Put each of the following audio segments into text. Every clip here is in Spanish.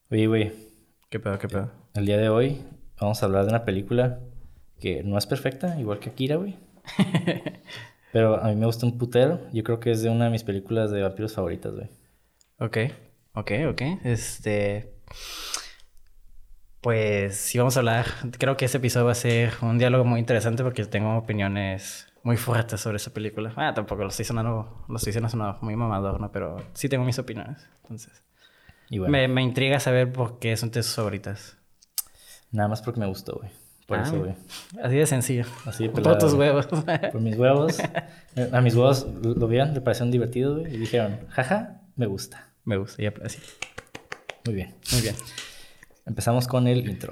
Oye, güey, ¿Qué pedo, qué pedo? el día de hoy vamos a hablar de una película que no es perfecta, igual que Akira, güey. Pero a mí me gusta un putero. Yo creo que es de una de mis películas de vampiros favoritas, güey. Ok. Pues sí vamos a hablar. Creo que este episodio va a ser un diálogo muy interesante porque tengo opiniones muy fuertes sobre esa película. Tampoco lo estoy sonando muy mamador, ¿no? Pero sí tengo mis opiniones. Entonces, Y bueno, me intriga saber por qué son tus favoritas. nada más porque me gustó, güey. Por eso, güey. Así de sencillo. Así de Por pelada, tus güey. huevos. Por mis huevos. A mis huevos lo vieron, le parecieron divertidos, güey. Y dijeron, jaja, me gusta. Me gusta, ya así. Muy bien. Muy bien. Empezamos con el intro.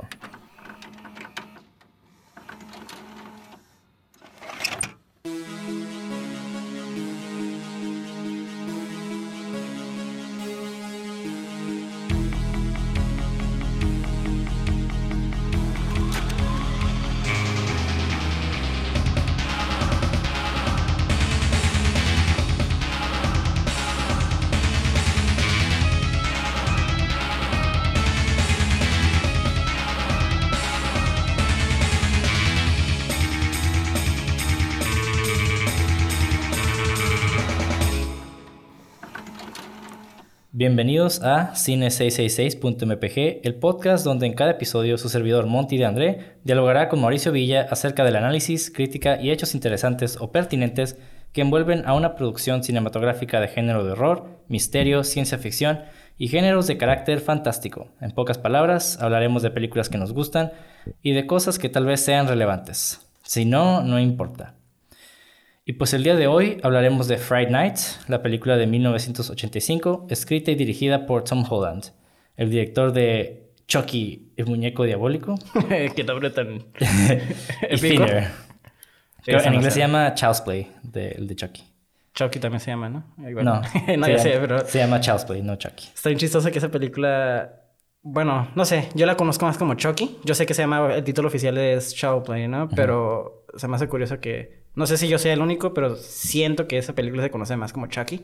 Bienvenidos a Cine666.mpg, el podcast donde en cada episodio su servidor Monty de André dialogará con Mauricio Villa acerca del análisis, crítica y hechos interesantes o pertinentes que envuelven a una producción cinematográfica de género de horror, misterio, ciencia ficción y géneros de carácter fantástico. En pocas palabras, hablaremos de películas que nos gustan y de cosas que tal vez sean relevantes. Si no, no importa. Y pues el día de hoy hablaremos de Fright Night, la película de 1985, escrita y dirigida por Tom Holland, el director de Chucky, el muñeco diabólico, Qué nombre tan... y Thinner. Creo Ese en no inglés sé. se llama Child's Play, el de Chucky. Chucky también se llama, ¿no? Igual. No, No, se ya llama, sé, pero se llama Child's Play, no Chucky. está bien chistoso que esa película... Bueno, no sé, yo la conozco más como Chucky. Yo sé que se llama, el título oficial es Child's Play, ¿no? Pero se me hace curioso que... No sé si yo sea el único, pero siento que esa película se conoce más como Chucky.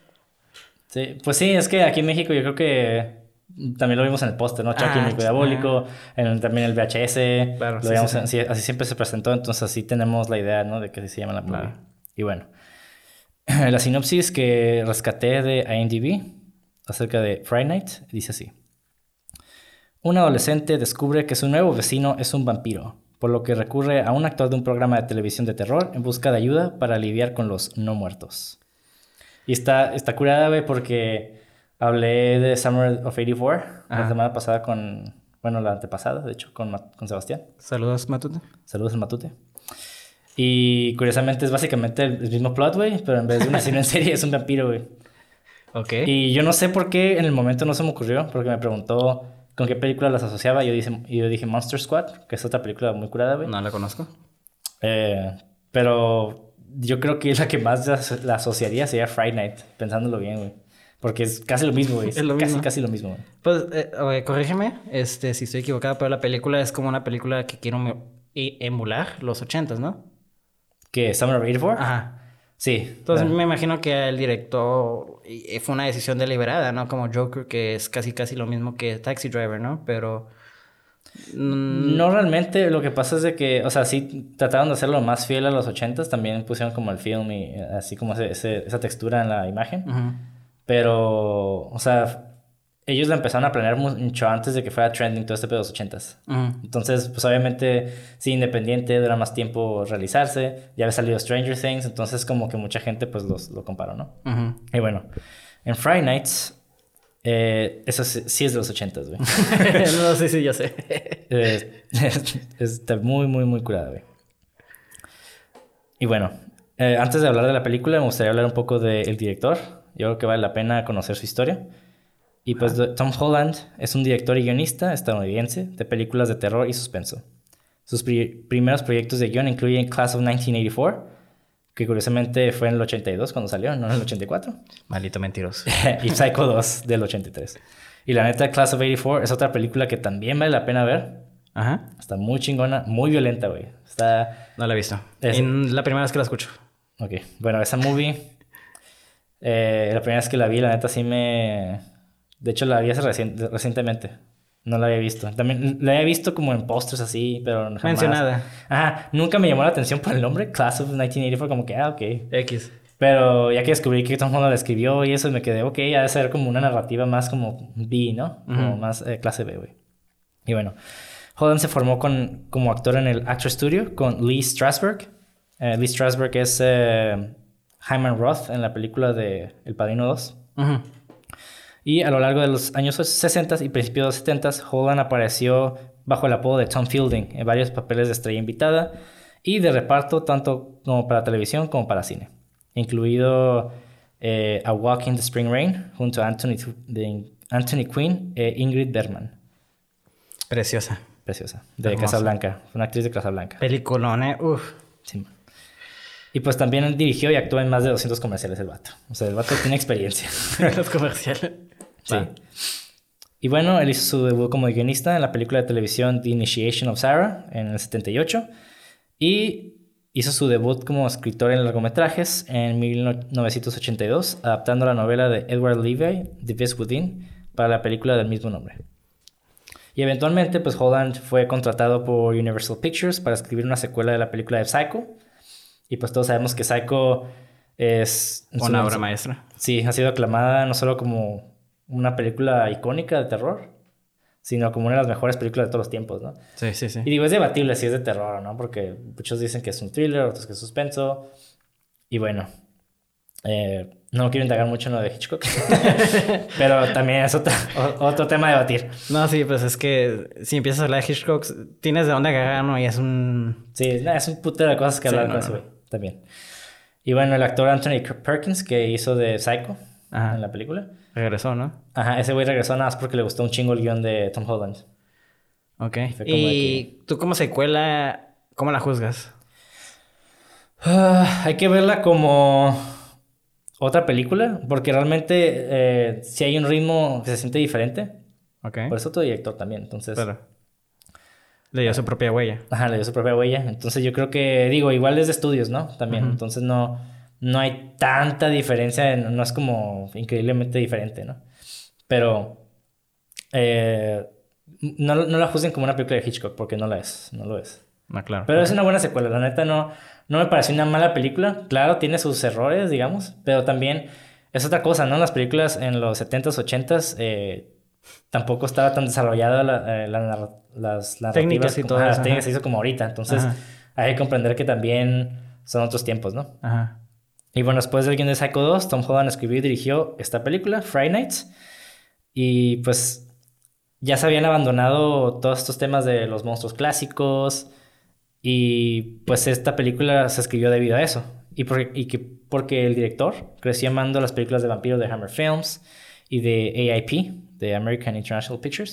Sí, pues sí, es que aquí en México yo creo que también lo vimos en el póster, ¿no? Chucky, el muñeco diabólico, también el VHS, Claro, lo veíamos así siempre se presentó, entonces así tenemos la idea, ¿no? De que así se llama la movie. Claro. Y bueno, la sinopsis que rescaté de IMDb acerca de Friday Night dice así. Un adolescente descubre que su nuevo vecino es un vampiro, por lo que recurre a un actor de un programa de televisión de terror en busca de ayuda para lidiar con los no muertos. Y está curada, güey, porque hablé de Summer of 84 la semana pasada bueno, la antepasada, de hecho, con Sebastián. Saludos, Matute. Saludos al Matute. Y curiosamente es básicamente el mismo plot, güey, pero en vez de un asesino en serie es un vampiro, güey. Ok. Y yo no sé por qué en el momento no se me ocurrió, porque me preguntó con qué película las asociaba y yo dije Monster Squad, que es otra película muy curada, güey. No la conozco. Pero yo creo que la que más la asociaría sería Friday Night, pensándolo bien, güey. Porque es casi lo mismo, güey. Es lo mismo. Casi lo mismo, güey. Pues, oye, corrígeme, si estoy equivocado, pero la película es como una película que quiero emular los 80s, ¿no? ¿Qué? ¿Summer of 84? Ajá. Sí. Entonces me imagino que el director fue una decisión deliberada, ¿no? Como Joker, que es casi lo mismo que Taxi Driver, ¿no? Pero... No realmente, lo que pasa es de que, o sea, sí trataron de hacerlo más fiel a los 80s, también pusieron como el film y así como esa textura en la imagen. Pero, o sea, ellos la empezaron a planear mucho antes de que fuera trending todo este pedo de los 80s. Entonces, pues obviamente, sí, independiente, dura más tiempo realizarse. Ya había salido Stranger Things, entonces como que mucha gente pues lo comparó, ¿no? Y bueno, en Friday Nights, eso sí es de los 80s, güey. No, sí, ya sé. Está muy, muy, muy curada, güey. Y bueno, antes de hablar de la película, me gustaría hablar un poco del director. Yo creo que vale la pena conocer su historia. Y pues Tom Holland es un director y guionista estadounidense de películas de terror y suspenso. Sus primeros proyectos de guion incluyen Class of 1984, que curiosamente fue en el 82 cuando salió, no en el 84. Maldito mentiroso. Y Psycho 2 del 83. Y la neta, Class of 84 es otra película que también vale la pena ver. Ajá. Está muy chingona, muy violenta, güey. No la he visto. Es... La primera vez que la escucho. Ok, bueno, esa movie... la primera vez que la vi, la neta sí me De hecho, la vi hace recientemente. No la había visto. También la había visto como en pósters así, pero jamás. Mencionada. Ajá, nunca me llamó la atención por el nombre, Class of 1984, como que, ok. X. Pero ya que descubrí que Tom Holland la escribió y eso, me quedé, ok, ha de ser como una narrativa más como B, ¿no? Como más clase B, güey. Y bueno, Holland se formó como actor en el Actor Studio con Lee Strasberg. Lee Strasberg es Hyman Roth en la película de El Padrino 2. Y a lo largo de los años 60 y principios de los 70, Holland apareció bajo el apodo de Tom Fielding en varios papeles de estrella invitada y de reparto tanto como para televisión como para cine, incluido A Walk in the Spring Rain junto a Anthony Quinn e Ingrid Bergman. Preciosa. De Casablanca. Una actriz de Casablanca. Peliculón, Uf. Sí. Y pues también dirigió y actuó en más de 200 comerciales el vato. O sea, el vato tiene experiencia. Los comerciales. Sí. Y bueno, él hizo su debut como guionista en la película de televisión The Initiation of Sarah en el 78. Y hizo su debut como escritor en largometrajes en 1982, adaptando la novela de Edward Levy, The Beast Within, para la película del mismo nombre. Y eventualmente, pues Holland fue contratado por Universal Pictures para escribir una secuela de la película de Psycho. Y pues todos sabemos que Psycho es... Una obra maestra. Sí, ha sido aclamada no solo como una película icónica de terror, sino como una de las mejores películas de todos los tiempos, ¿no? Sí. Y digo, es debatible si es de terror, ¿no? Porque muchos dicen que es un thriller, otros que es suspenso. Y bueno, no quiero indagar mucho en lo de Hitchcock. Pero también es otro tema a debatir. No, sí, pues es que si empiezas a hablar de Hitchcock, tienes de dónde agarrar, ¿no? Y es un... Sí, es un putero de cosas que hablar con ese güey. También. Y bueno, el actor Anthony Perkins, que hizo de Psycho en la película. Regresó, ¿no? Ajá, ese güey regresó nada más porque le gustó un chingo el guión de Tom Holland. Ok. Y tú como secuela, ¿cómo la juzgas? Hay que verla como otra película, porque realmente si hay un ritmo que se siente diferente. Ok. Por eso otro director también, entonces... Pero le dio su propia huella. Ajá, le dio su propia huella. Entonces yo creo que, digo, igual es de estudios, ¿no? También, entonces no hay tanta diferencia, no es como increíblemente diferente, ¿no? Pero no la juzguen como una película de Hitchcock, porque no lo es. No, claro. Pero es una buena secuela, la neta no me pareció una mala película. Claro, tiene sus errores, digamos, pero también es otra cosa, ¿no? Las películas en los 70s, 80s tampoco estaba tan desarrollada las narrativas técnicas y todo eso. Las técnicas se hizo como ahorita, entonces hay que comprender que también son otros tiempos, ¿no? Ajá. Y bueno, después del guion de Psycho 2, Tom Holland escribió y dirigió esta película, Friday Nights, y pues ya se habían abandonado todos estos temas de los monstruos clásicos. Y pues esta película se escribió debido a eso. Porque el director creció amando las películas de vampiros de Hammer Films y de AIP, de American International Pictures.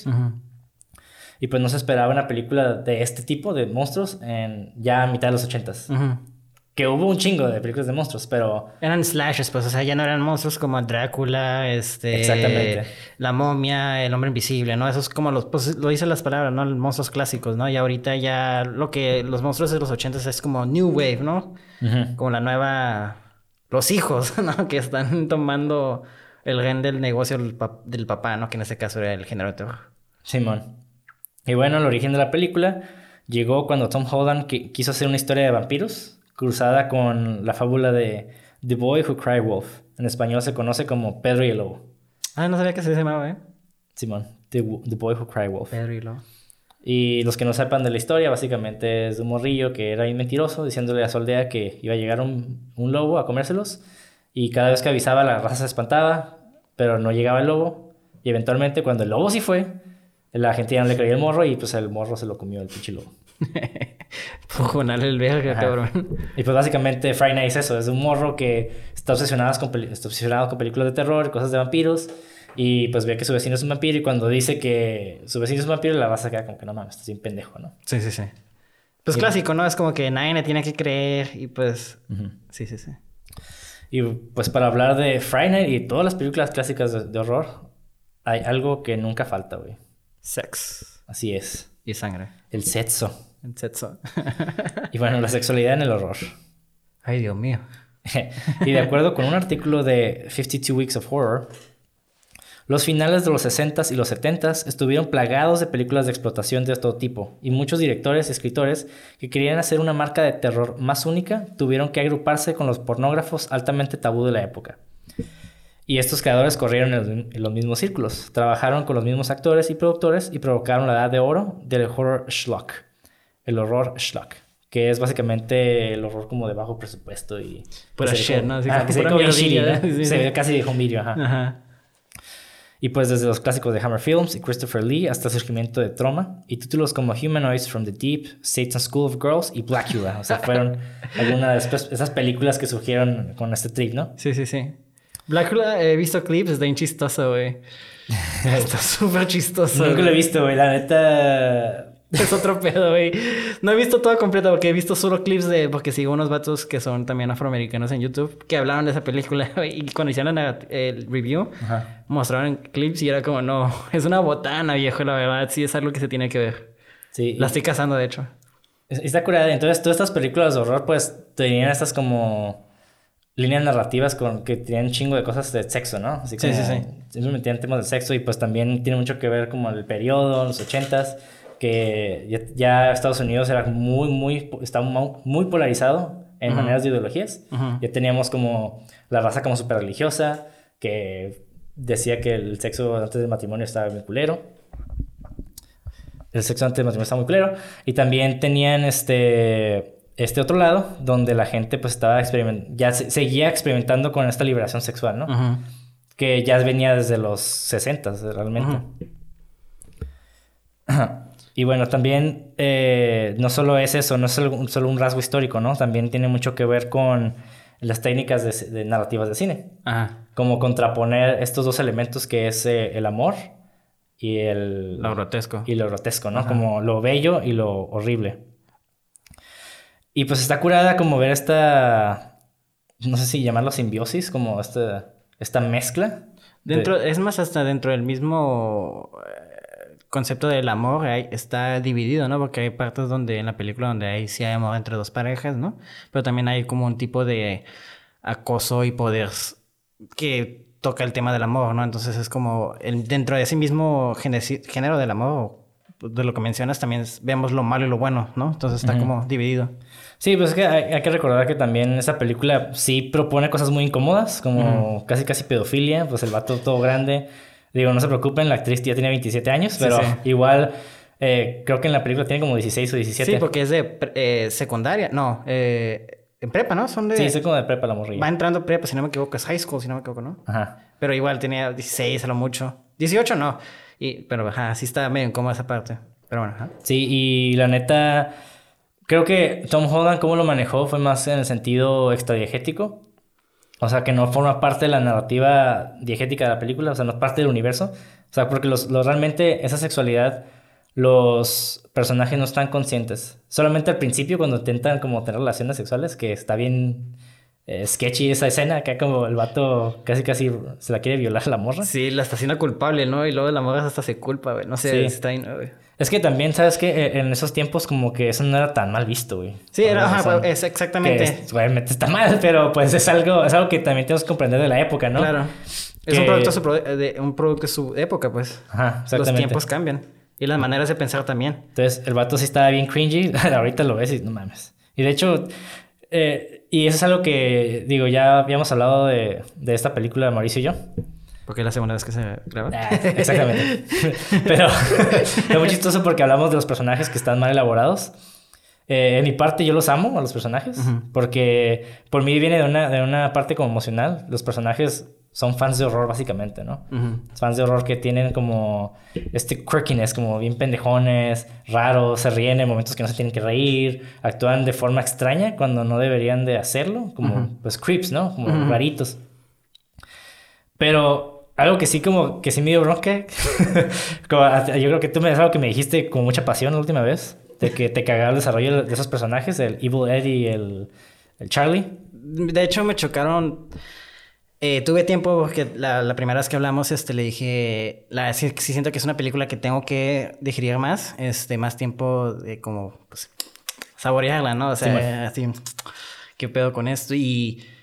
Y pues no se esperaba una película de este tipo de monstruos ya a mitad de los 80s. Que hubo un chingo de películas de monstruos, pero... Eran slashes, pues, o sea, ya no eran monstruos como Drácula, Exactamente. La momia, el hombre invisible, ¿no? Eso es como pues lo dicen las palabras, ¿no? Los monstruos clásicos, ¿no? Y ahorita ya los monstruos de los 80s es como New Wave, ¿no? Como la nueva... Los hijos, ¿no? Que están tomando el gen del negocio del papá, ¿no? Que en este caso era el género de terror. Simón. Y bueno, el origen de la película llegó cuando Tom Holland quiso hacer una historia de vampiros cruzada con la fábula de The Boy Who Cried Wolf. En español se conoce como Pedro y el Lobo. Ah, no sabía que se llamaba, ¿eh? Simón, The Boy Who Cried Wolf. Pedro y el Lobo. Y los que no sepan de la historia, básicamente es de un morrillo que era bien mentiroso, diciéndole a su aldea que iba a llegar un lobo a comérselos. Y cada vez que avisaba, la raza se espantaba, pero no llegaba el lobo. Y eventualmente, cuando el lobo sí fue, la gente ya no le creía el morro y pues el morro se lo comió el pinche lobo. Pujonarle el verga, cabrón. Y pues básicamente Friday Night es eso, es un morro que está obsesionado con películas de terror, cosas de vampiros, y pues ve que su vecino es un vampiro y cuando dice que su vecino es un vampiro la raza queda como que no mames, estás bien pendejo, ¿no? Sí. Pues clásico, ¿no? Es como que nadie le tiene que creer y pues... Sí. Y pues para hablar de Friday Night y todas las películas clásicas de horror, hay algo que nunca falta, güey. Sex. Así es. Y sangre. El sexo. El sexo. Y bueno, la sexualidad en el horror. Ay, Dios mío. Y de acuerdo con un artículo de 52 Weeks of Horror, Los finales de los 60s y los 70s estuvieron plagados de películas de explotación de todo tipo, y muchos directores y escritores que querían hacer una marca de terror más única tuvieron que agruparse con los pornógrafos altamente tabú de la época. Y estos creadores corrieron en los mismos círculos, trabajaron con los mismos actores y productores y provocaron la edad de oro del horror schlock. El horror schlock, que es básicamente el horror como de bajo presupuesto y... Pura shit, ¿no? Así que se ve como bien shitty, ¿no? sí, Se sí. ve casi de home video, ajá. Ajá. Y pues desde los clásicos de Hammer Films y Christopher Lee hasta el surgimiento de Troma y títulos como Humanoids from the Deep, Satan's School of Girls y Blackula. O sea, fueron algunas de esas películas que surgieron con este trip, ¿no? Sí, sí, sí. Blackula, he visto clips, está bien chistoso, güey. Está súper chistoso. Nunca lo he visto, güey. La neta... Es otro pedo, güey. No he visto todo completo porque he visto solo clips de... Porque sigo unos vatos que son también afroamericanos en YouTube que hablaron de esa película, güey. Y cuando hicieron el review, mostraron clips y era como... No, es una botana, viejo, la verdad. Sí, es algo que se tiene que ver. Sí. La estoy cazando, de hecho. Está curada. Entonces, todas estas películas de horror, pues, tenían estas como... líneas narrativas que tenían un chingo de cosas de sexo, ¿no? Así como, sí. Siempre metían temas de sexo y pues también tiene mucho que ver como el periodo, los 80s, que ya Estados Unidos era estaba muy polarizado en maneras de ideologías. Ya teníamos como la raza como súper religiosa, que decía que el sexo antes del matrimonio estaba muy culero. El sexo antes del matrimonio estaba muy culero. Y también tenían este otro lado donde la gente pues estaba seguía experimentando con esta liberación sexual, ¿no? Que ya venía desde los 60s realmente. Y bueno, también no solo es eso, no es solo un rasgo histórico, ¿no? También tiene mucho que ver con las técnicas de narrativas de cine. Como contraponer estos dos elementos que es el amor y lo grotesco. Y lo grotesco, ¿no? Como lo bello y lo horrible. Y pues está curada como ver esta... No sé si llamarlo simbiosis, como esta mezcla. Es más, hasta dentro del mismo concepto del amor está dividido, ¿no? Porque hay partes donde en la película donde sí hay amor entre dos parejas, ¿no? Pero también hay como un tipo de acoso y poder que toca el tema del amor, ¿no? Entonces es como dentro de ese mismo género del amor, de lo que mencionas, también vemos lo malo y lo bueno, ¿no? Entonces está como dividido. Sí, pues es que hay que recordar que también esa película sí propone cosas muy incómodas, como casi pedofilia, pues el vato todo grande. Digo, no se preocupen, la actriz ya tiene 27 años, pero igual creo que en la película tiene como 16 o 17. Sí, porque es de secundaria, no, en prepa, ¿no? Sí, es como de prepa la morrilla. Va entrando prepa, si no me equivoco, es high school, si no me equivoco, ¿no? Ajá. Pero igual tenía 16 a lo mucho. 18 no. Pero sí está medio incómoda esa parte. Pero bueno, Sí, y la neta... Creo que Tom Holland, cómo lo manejó, fue más en el sentido extradiegético. O sea, que no forma parte de la narrativa diegética de la película. O sea, no es parte del universo. O sea, porque realmente esa sexualidad, los personajes no están conscientes. Solamente al principio, cuando intentan como tener relaciones sexuales, que está bien sketchy esa escena. Acá como el vato casi se la quiere violar a la morra. Sí, la está haciendo culpable, ¿no? Y luego la morra hasta se culpa, güey. No sé, sí. Está ahí, güey. Es que también, ¿sabes qué? En esos tiempos como que eso no era tan mal visto, güey. Sí, es exactamente. Obviamente está mal, pero pues es algo que también tenemos que comprender de la época, ¿no? Claro. Es un producto de su época, pues. Ajá, exactamente. Los tiempos cambian. Y las maneras de pensar también. Entonces, el vato sí estaba bien cringy. Ahorita lo ves y no mames. Y de hecho... y eso es algo que, digo, ya habíamos hablado de esta película, Mauricio y yo. Porque es la segunda vez que se graba. Exactamente. Pero es muy chistoso porque hablamos de los personajes que están mal elaborados. En mi parte yo los amo a los personajes. Porque por mí viene de una parte como emocional. Los personajes son fans de horror básicamente, ¿no? Fans de horror que tienen como quirkiness, como bien pendejones, raros, se ríen en momentos que no se tienen que reír, actúan de forma extraña cuando no deberían de hacerlo, como pues creeps, ¿no? Como raritos. Pero algo que sí me dio bronca, yo creo que tú me algo que me dijiste con mucha pasión la última vez, de que te cagaba el desarrollo de esos personajes, el Evil Ed y el Charlie. De hecho me chocaron. Tuve tiempo porque la primera vez que hablamos le dije... Sí siento que es una película que tengo que digerir más. Más tiempo de como... Pues, saborearla, ¿no? O sea, así... ¿Qué pedo con esto? Y...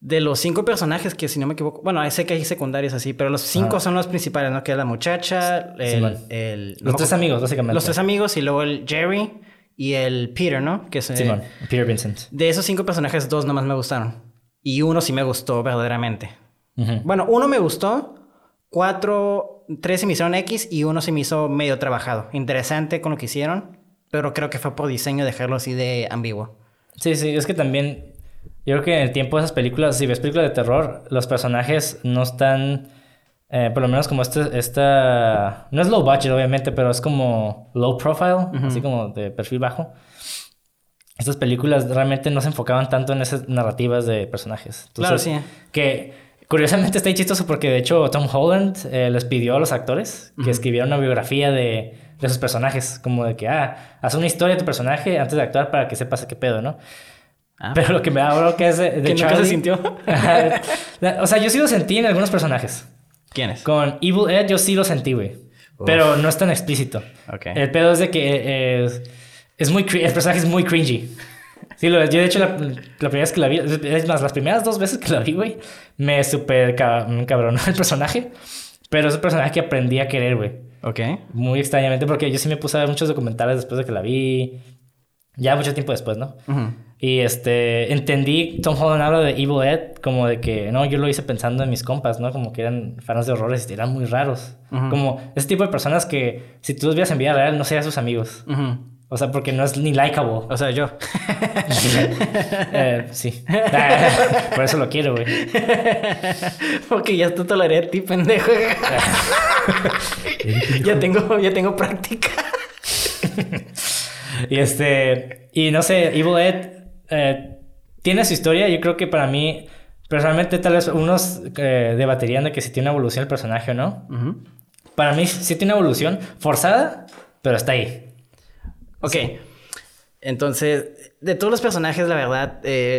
De los 5 personajes que, si no me equivoco... Bueno, sé que hay secundarios así, pero los 5 son los principales, ¿no? Que es la muchacha, los 3 amigos, básicamente. Los 3 amigos y luego el Jerry y el Peter, ¿no? Que es, Simón, Peter Vincent. De esos 5 personajes, 2 nomás me gustaron. Y uno sí me gustó verdaderamente. Bueno, uno me gustó, 3 se me hicieron X y uno se me hizo medio trabajado. Interesante con lo que hicieron, pero creo que fue por diseño dejarlo así de ambiguo. Sí, es que también... Yo creo que en el tiempo de esas películas, si ves películas de terror, los personajes no están... por lo menos como esta... No es low budget, obviamente, pero es como low profile, así como de perfil bajo. Estas películas realmente no se enfocaban tanto en esas narrativas de personajes. Entonces, claro, sí. Que curiosamente está ahí chistoso porque de hecho Tom Holland les pidió a los actores que escribieran una biografía de sus personajes. Como de que, haz una historia de tu personaje antes de actuar para que sepas qué pedo, ¿no? Pero lo que me da bronca es de ¿Que Charlie... nunca se sintió? O sea, yo sí lo sentí en algunos personajes. ¿Quiénes? Con Evil Ed yo sí lo sentí, güey. Pero no es tan explícito. Okay. El pedo es de que el personaje es muy cringy. Sí, yo de hecho la primera vez que la vi... Es más, las primeras 2 veces que la vi, güey, me super cabronó el personaje. Pero es un personaje que aprendí a querer, güey. Ok. Muy extrañamente, porque yo sí me puse a ver muchos documentales después de que la vi. Ya mucho tiempo después, ¿no? Y entendí, Tom Holland habla de Evil Ed como de que, no, yo lo hice pensando en mis compas, ¿no? Como que eran fans de horrores y eran muy raros. Como ese tipo de personas que si tú los vieras en vida real no serían sus amigos. O sea, porque no es ni likeable. O sea, yo. Sí. Por eso lo quiero, güey. Porque ya te toleré a ti, pendejo. ya tengo práctica. Y no sé, Evil Ed tiene su historia. Yo creo que para mí, personalmente, tal vez unos debatirían de que si tiene una evolución el personaje o no. Para mí sí tiene una evolución forzada, pero está ahí. Ok. Sí. Entonces, de todos los personajes, la verdad,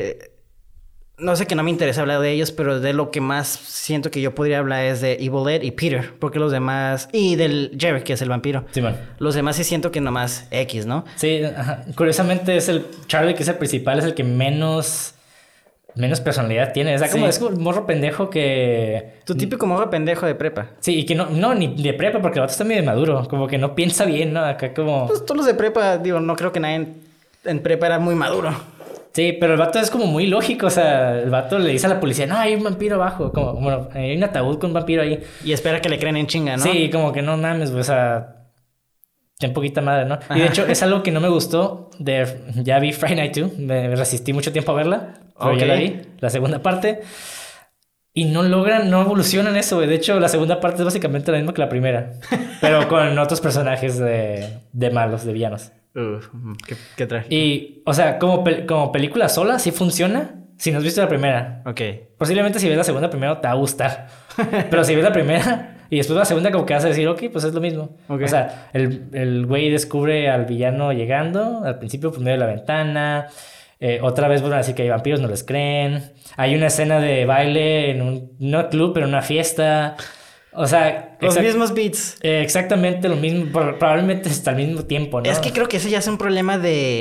no sé que no me interesa hablar de ellos, pero de lo que más siento que yo podría hablar es de Evil Ed y Peter, porque los demás... Y del Jerry, que es el vampiro. Sí, man. Los demás sí siento que nomás X, ¿no? Sí, ajá. Curiosamente es el Charlie, que es el principal, es el que menos personalidad tiene. O sea, como es como un morro pendejo que... Tu típico morro pendejo de prepa. Sí, y que no, ni de prepa, porque el vato está medio maduro. Como que no piensa bien, ¿no? Acá como... Pues todos los de prepa, digo, no creo que nadie en prepa era muy maduro. Sí, pero el vato es como muy lógico. O sea, el vato le dice a la policía, no, hay un vampiro abajo. Como, bueno, hay un ataúd con un vampiro ahí. Y espera que le creen en chinga, ¿no? Sí, como que no mames, o sea... Ten poquita madre, ¿no? Ajá. Y de hecho es algo que no me gustó ya vi Friday Night 2. Me resistí mucho tiempo a verla. Pero ya la vi, la segunda parte. Y no evolucionan eso, güey. De hecho, la segunda parte es básicamente la misma que la primera. Pero con otros personajes de malos, de villanos. Qué trágico. Y, o sea, como película sola sí funciona si no has visto la primera. Ok. Posiblemente si ves la segunda primero te va a gustar. Pero si ves la primera y después la segunda como que vas a decir, ok, pues es lo mismo. Okay. O sea, el güey descubre al villano llegando al principio por medio de la ventana. Otra vez vuelven a decir que hay vampiros, no les creen. Hay una escena de baile en no club, pero en una fiesta. O sea... Los mismos beats. Exactamente lo mismo. Probablemente hasta al mismo tiempo, ¿no? Es que creo que ese ya es un problema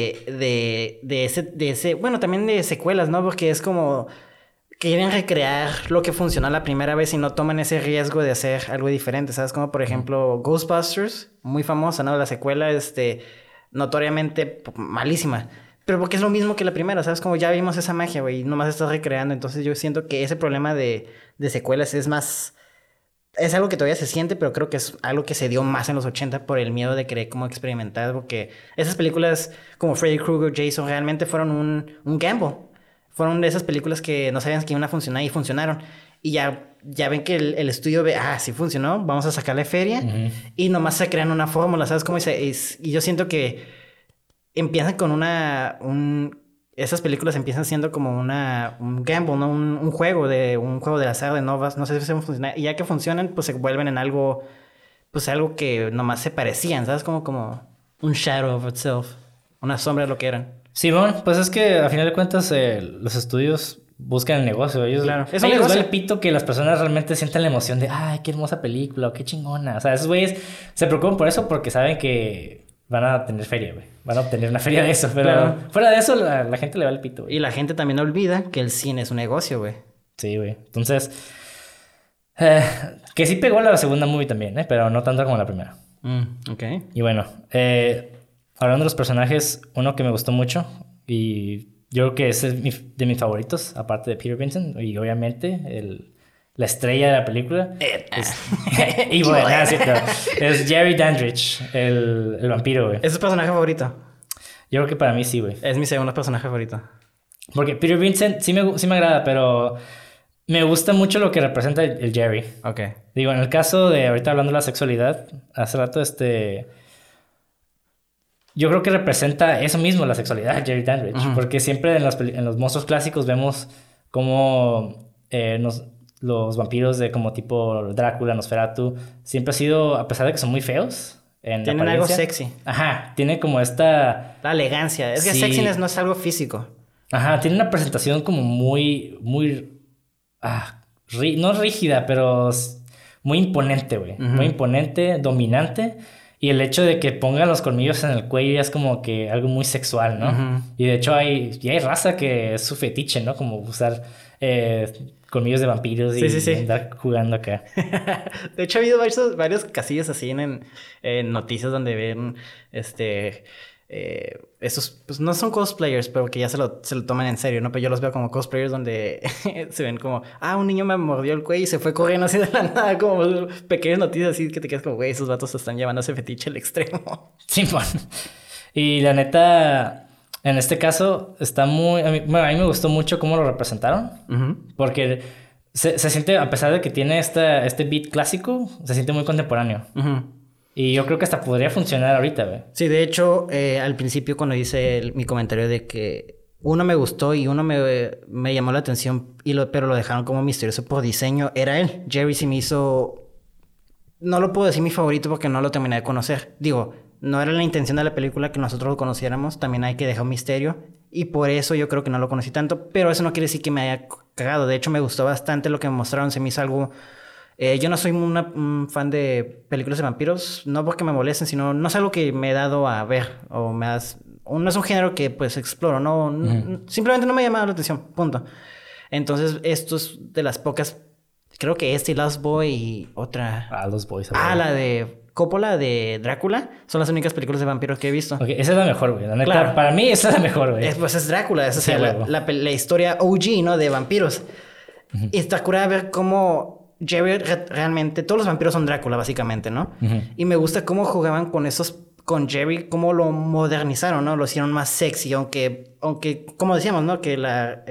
de ese... Bueno, también de secuelas, ¿no? Porque es como... Quieren recrear lo que funcionó la primera vez y no toman ese riesgo de hacer algo diferente, ¿sabes? Como por ejemplo Ghostbusters, muy famosa, ¿no? La secuela, notoriamente malísima. Pero porque es lo mismo que la primera, ¿sabes? Como ya vimos esa magia, güey, y nomás estás recreando. Entonces yo siento que ese problema de secuelas es más... Es algo que todavía se siente, pero creo que es algo que se dio más en los 80 por el miedo de querer como experimentar. Porque esas películas como Freddy Krueger, Jason, realmente fueron un gamble. Fueron de esas películas que no sabían que iban a funcionar y funcionaron. Y ya ven que el estudio ve, sí funcionó, vamos a sacarle feria. Y nomás se crean una fórmula, ¿sabes cómo es? Y yo siento que empiezan con esas películas empiezan siendo como un gamble, ¿no? Un juego de azar de novas. No sé si van a funcionar. Y ya que funcionan, pues se vuelven en algo... Pues algo que nomás se parecían, ¿sabes? Como un shadow of itself. Una sombra de lo que eran. Simón, pues es que a final de cuentas los estudios buscan el negocio. Ellos, claro. Es un negocio. Les vale pito que las personas realmente sientan la emoción de ay, qué hermosa película o qué chingona. O sea, esos güeyes se preocupan por eso porque saben que van a tener feria, güey. Van a obtener una feria de eso. Pero fuera de eso, la gente le vale pito, güey. Y la gente también olvida que el cine es un negocio, güey. Sí, güey. Entonces, que sí pegó la segunda movie también, pero no tanto como la primera. Ok. Y bueno, hablando de los personajes, uno que me gustó mucho y yo creo que ese es de mis favoritos, aparte de Peter Vincent, y obviamente la estrella de la película. Y bueno, nada, sí, claro, es Jerry Dandridge, el vampiro, güey. ¿Es tu personaje favorito? Yo creo que para mí sí, güey. Es mi segundo personaje favorito. Porque Peter Vincent sí me agrada, pero me gusta mucho lo que representa el Jerry. Ok. Digo, en el caso de ahorita hablando de la sexualidad, hace rato yo creo que representa eso mismo, la sexualidad, Jerry Dandridge. Porque siempre en los monstruos clásicos vemos cómo los vampiros de como tipo Drácula, Nosferatu, siempre ha sido, a pesar de que son muy feos en Tienen algo sexy. Ajá, tiene como esta... La elegancia. Es que sexiness no es algo físico. Ajá, tiene una presentación como muy... no rígida, pero muy imponente, güey. Muy imponente, dominante. Y el hecho de que pongan los colmillos en el cuello ya es como que algo muy sexual, ¿no? Y de hecho hay raza que es su fetiche, ¿no? Como usar colmillos de vampiros y andar jugando acá. De hecho ha habido varios casillos así en noticias donde ven estos, pues no son cosplayers, pero que ya se lo toman en serio, ¿no? Pero yo los veo como cosplayers donde se ven como, un niño me mordió el cuello y se fue corriendo así de la nada, como pequeñas noticias así que te quedas como, güey, esos vatos se están llevando ese fetiche al extremo. Sí, bueno. Y la neta, en este caso, está muy... a mí me gustó mucho cómo lo representaron. Porque se siente, a pesar de que tiene este beat clásico, se siente muy contemporáneo. Y yo creo que hasta podría funcionar ahorita, güey. Sí, de hecho, al principio cuando hice mi comentario de que uno me gustó y uno me llamó la atención, pero lo dejaron como misterioso por diseño, era él. Jerry sí me hizo... No lo puedo decir mi favorito porque no lo terminé de conocer. Digo, no era la intención de la película que nosotros lo conociéramos. También hay que dejar un misterio. Y por eso yo creo que no lo conocí tanto. Pero eso no quiere decir que me haya cagado. De hecho, me gustó bastante lo que me mostraron. Se me hizo algo... yo no soy un fan de películas de vampiros, no porque me molesten, sino no es algo que me he dado a ver o no es un género que pues exploro, simplemente no me ha llamado la atención, punto. Entonces esto es de las pocas, creo que y Lost Boy y otra... Lost Boys. La de Coppola de Drácula, son las únicas películas de vampiros que he visto. Okay, esa es la mejor, güey. La neta, claro. Para mí esa es la mejor, güey. Pues es Drácula, esa es la historia OG, ¿no? De vampiros. Y está curada ver cómo... Jerry realmente... Todos los vampiros son Drácula, básicamente, ¿no? Y me gusta cómo jugaban con Jerry, cómo lo modernizaron, ¿no? Lo hicieron más sexy, aunque como decíamos, ¿no? Que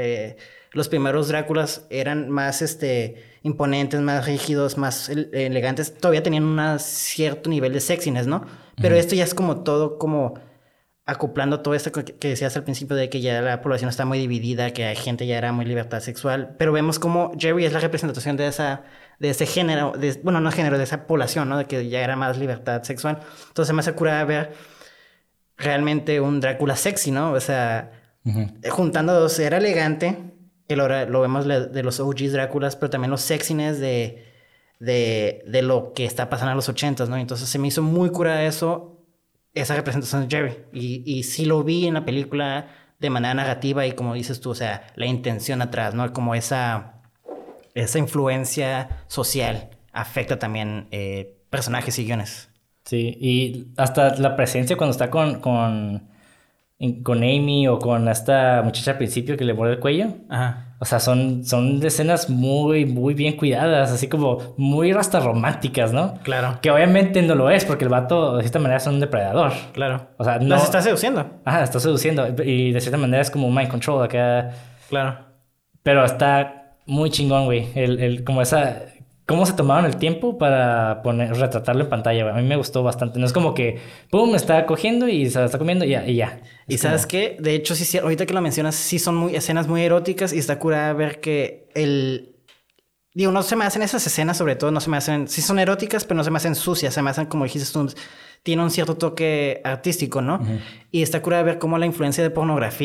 los primeros Dráculas eran más, imponentes, más rígidos, más elegantes. Todavía tenían un cierto nivel de sexiness, ¿no? Pero esto ya es como todo, como... acoplando todo esto que decías al principio de que ya la población está muy dividida, que hay gente ya era muy libertad sexual, pero vemos como Jerry es la representación de ese género, de esa población, ¿no? De que ya era más libertad sexual. Entonces me hace cura ver realmente un Drácula sexy, ¿no? O sea, juntando dos, era elegante, que lo vemos de los OGs Dráculas, pero también los sexiness de lo que está pasando en los 80s, ¿no? Entonces se me hizo muy cura esa representación de Jerry. Y sí lo vi en la película de manera narrativa y como dices tú, o sea, la intención atrás, ¿no? Como esa influencia social afecta también personajes y guiones. Sí, y hasta la presencia cuando está con Amy o con esta muchacha al principio que le muerde el cuello. Ajá. O sea, son escenas muy, muy bien cuidadas, así como muy hasta románticas, ¿no? Claro. Que obviamente no lo es, porque el vato de cierta manera es un depredador. Claro. O sea, no... Las está seduciendo. Ajá, está seduciendo. Y de cierta manera es como mind control acá. Claro. Pero está muy chingón, güey. Como esa... ¿Cómo se tomaron el tiempo para retratarlo en pantalla, güey? A mí me gustó bastante. No es como que, pum, está cogiendo y se la está comiendo y ya. Y ¿sabes qué? De hecho, sí, ahorita que lo mencionas, sí son escenas muy eróticas y está curada ver que Digo, no se me hacen esas escenas, sobre todo, no se me hacen... Sí son eróticas, pero no se me hacen sucias. Se me hacen, como dijiste tú, tiene un cierto toque artístico, ¿no? Y está curada ver cómo la influencia de pornografía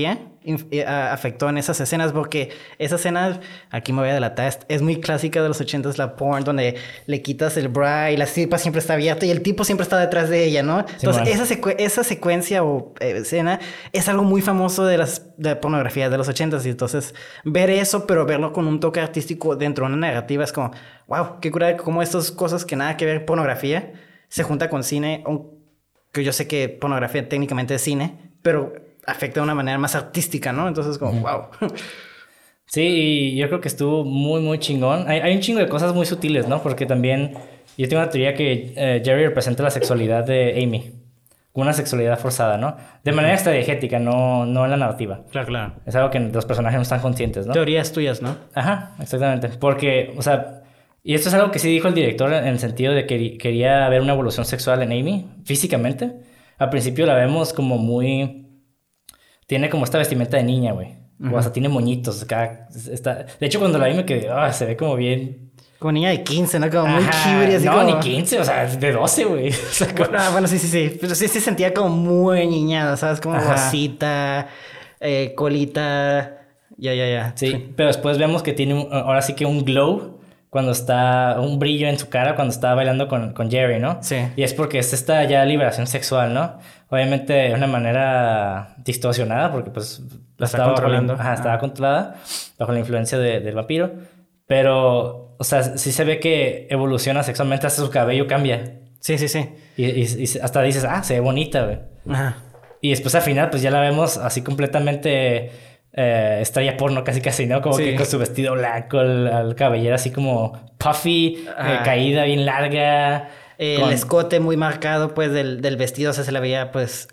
afectó en esas escenas, porque esa escena, aquí me voy a delatar, es muy clásica de los 80s, la porn, donde le quitas el bra y la cipa siempre está abierta y el tipo siempre está detrás de ella, ¿no? Entonces, esa secuencia o escena es algo muy famoso de la pornografía de los 80s, y entonces ver eso, pero verlo con un toque artístico dentro de una narrativa es como, wow, qué cura, como estas cosas que nada que ver pornografía se junta con cine, que yo sé que pornografía técnicamente es cine, pero afecta de una manera más artística, ¿no? Entonces, como, wow. Sí, y yo creo que estuvo muy, muy chingón. Hay un chingo de cosas muy sutiles, ¿no? Porque también yo tengo una teoría que Jerry representa la sexualidad de Amy. Una sexualidad forzada, ¿no? De manera extradiegética, no en la narrativa. Claro, claro. Es algo que los personajes no están conscientes, ¿no? Teorías tuyas, ¿no? Ajá, exactamente. Porque, o sea... Y esto es algo que sí dijo el director en el sentido de que quería ver una evolución sexual en Amy, físicamente. Al principio la vemos como muy... Tiene como esta vestimenta de niña, güey. O hasta tiene moñitos. Acá está... De hecho, cuando la vi me quedé... se ve como bien... Como niña de 15, ¿no? Como muy cute, así no, como... ni 15, o sea, de 12, güey. O sea, como... Bueno, sí. Pero sí se sentía como muy niñada, ¿sabes? Como rosita, colita... Ya. Sí, pero después vemos que tiene ahora sí que un glow... Cuando está... Un brillo en su cara cuando está bailando con Jerry, ¿no? Sí. Y es porque es esta ya liberación sexual, ¿no? Obviamente de una manera distorsionada porque pues... La está controlando. Estaba controlada bajo la influencia del vampiro. Pero... O sea, sí se ve que evoluciona sexualmente, hasta su cabello cambia. Sí. Y hasta dices, se ve bonita, güey. Ajá. Y después al final pues ya la vemos así completamente... estrella porno casi, ¿no? Como que con su vestido blanco, el cabellera así como puffy, caída bien larga. El escote muy marcado, pues, del vestido. O sea, se le veía, pues,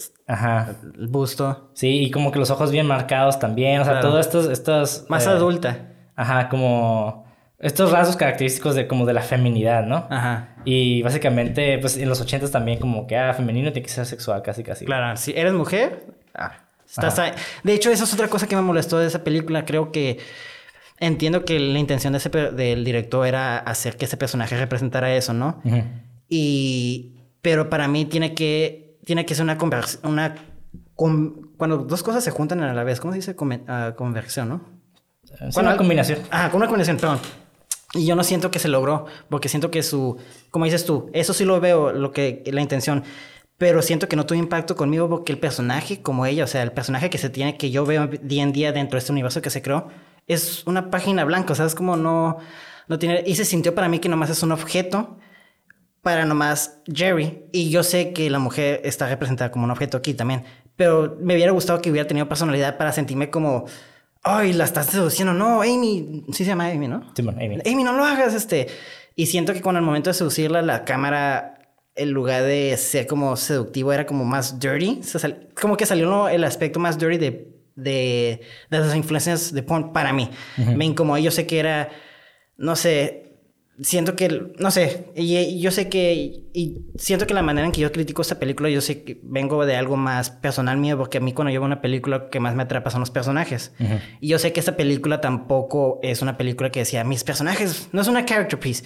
el busto. Sí, y como que los ojos bien marcados también. O sea, todos estos... Más adulta. Ajá, como... Estos rasgos característicos como de la feminidad, ¿no? Ajá. Y básicamente, pues, en los 80s también como que, femenino tiene que ser sexual, casi. Claro, si eres mujer... De hecho, eso es otra cosa que me molestó de esa película. Creo que entiendo que la intención del director era hacer que ese personaje representara eso, ¿no? Pero para mí tiene que ser una conversión, cuando dos cosas se juntan a la vez. ¿Cómo se dice? Conversión, ¿no? Sí, una combinación. Con una combinación, perdón. Y yo no siento que se logró, porque siento que como dices tú, eso sí lo veo, la intención. Pero siento que no tuvo impacto conmigo porque el personaje como ella, o sea, el personaje que yo veo día en día dentro de este universo que se creó, es una página blanca, o sea, es como no tiene... Y se sintió para mí que nomás es un objeto para nomás Jerry. Y yo sé que la mujer está representada como un objeto aquí también, pero me hubiera gustado que hubiera tenido personalidad para sentirme como... ¡Ay, la estás seduciendo! No, Amy... Sí se llama Amy, ¿no? Sí, bueno, Amy. Amy, no lo hagas, Y siento que cuando al momento de seducirla, la cámara... En lugar de ser como seductivo, era como más dirty. Como que salió el aspecto más dirty de las influencias de porn para mí. Me incomodó. Yo sé que era... No sé. Siento que... No sé. Y yo sé que... Y siento que la manera en que yo critico esta película... Yo sé que vengo de algo más personal mío. Porque a mí cuando yo veo una película... Lo que más me atrapa son los personajes. Y yo sé que esta película tampoco es una película que decía... Mis personajes... No es una character piece.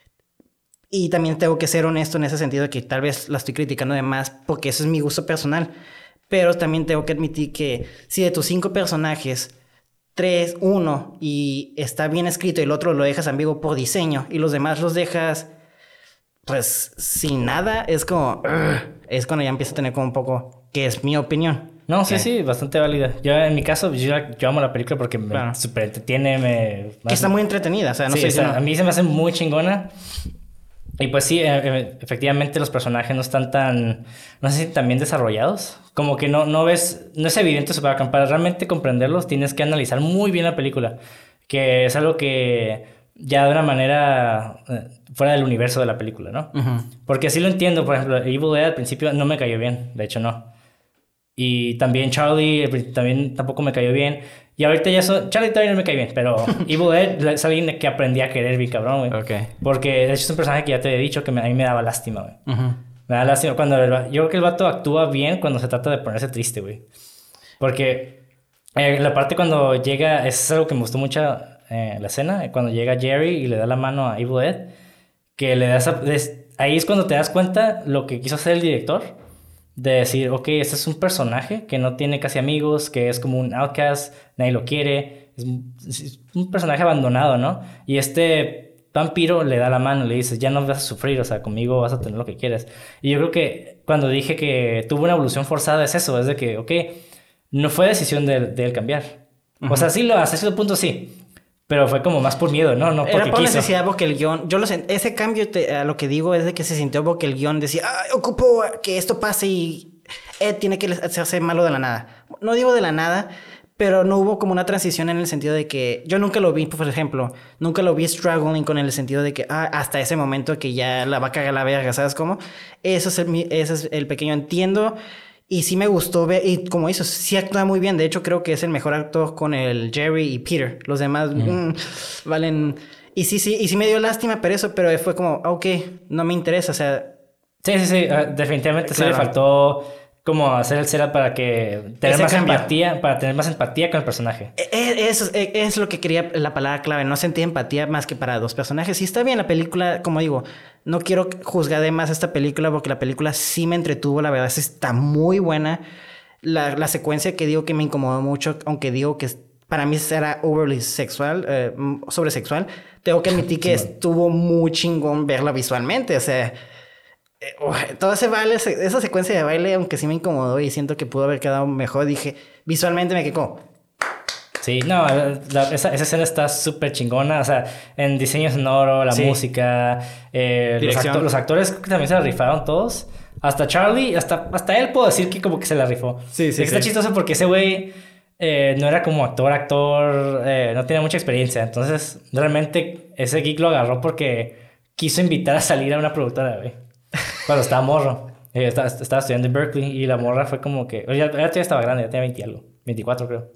Y también tengo que ser honesto en ese sentido de que tal vez la estoy criticando de más porque eso es mi gusto personal. Pero también tengo que admitir que si de tus 5 personajes, 1 y está bien escrito y el otro lo dejas ambiguo por diseño y los demás los dejas pues sin nada, es como... es cuando ya empieza a tener como un poco... que es mi opinión. No, sí, bastante válida. Yo, en mi caso, yo amo la película porque me súper entretiene. Que está muy entretenida, o sea, no sé si... A mí se me hace muy chingona. Y pues sí, efectivamente los personajes no están no sé si tan bien desarrollados. Como que no ves, no es evidente eso, para realmente comprenderlos tienes que analizar muy bien la película. Que es algo que ya de una manera fuera del universo de la película, ¿no? Porque así lo entiendo, por ejemplo, Evil Dead al principio no me cayó bien, de hecho no. Y también Charlie también tampoco me cayó bien. Y ahorita Charlie todavía no me cae bien, pero Evil Dead es alguien que aprendí a querer bien cabrón, güey. Okay. Porque de hecho es un personaje que ya te he dicho que a mí me daba lástima, güey. Me da lástima yo creo que el vato actúa bien cuando se trata de ponerse triste, güey. Porque la parte cuando llega, es algo que me gustó mucho la escena, cuando llega Jerry y le da la mano a Evil Dead, que le da ahí es cuando te das cuenta lo que quiso hacer el director. de decir, ok, este es un personaje que no tiene casi amigos, que es como un outcast, nadie lo quiere, es un personaje abandonado, ¿no? Y este vampiro le da la mano, le dice, ya no vas a sufrir, o sea, conmigo vas a tener lo que quieres. Y yo creo que cuando dije que tuvo una evolución forzada es eso, es de que, ok, no fue decisión de él cambiar. O sea, sí, hasta cierto punto sí. Pero fue como más por miedo, ¿no? No porque era por quiso. necesidad, porque el guión... Ese cambio, a lo que digo, es de que se sintió porque el guión decía... ¡Ay, ocupo que esto pase y Ed tiene que hacerse malo de la nada! No digo de la nada, pero no hubo como una transición en el sentido de que... Yo nunca lo vi, por ejemplo. Nunca lo vi struggling con el sentido de que... hasta ese momento que ya la va a cagar la verga, ¿sabes cómo? Ese es el pequeño... Entiendo... Y sí me gustó ver, y como hizo, sí actúa muy bien. De hecho, creo que es el mejor actor con el Jerry y Peter. Los demás valen... Y sí me dio lástima por eso, pero fue como, ok, no me interesa, o sea... Sí, definitivamente sí Claro. le faltó como hacer el setup para que tener Ese más cambio. empatía, para tener más empatía con el personaje. Eso es lo que quería, la palabra clave. No sentí empatía más que para dos personajes. Y está bien la película, como digo, no quiero juzgar de más esta película porque la película sí me entretuvo, la verdad, sí está muy buena. La secuencia que digo que me incomodó mucho, aunque digo que para mí era overly sexual, sobresexual, tengo que admitir que estuvo muy chingón verla visualmente, o sea... todo ese baile, esa secuencia de baile, aunque sí me incomodó y siento que pudo haber quedado mejor, dije, visualmente me quedé como... Sí, no, esa escena está súper chingona, o sea, en diseño sonoro, la música, los actores creo que también se la rifaron todos. Hasta Charlie, hasta él puedo decir que como que se la rifó. Sí. Está chistoso porque ese güey no era como actor, no tenía mucha experiencia. Entonces, realmente ese geek lo agarró porque quiso invitar a salir a una productora, güey. Cuando estaba morro. Estaba estudiando en Berkeley y la morra fue como que... Ya estaba grande, ya tenía 20 y algo. 24 creo.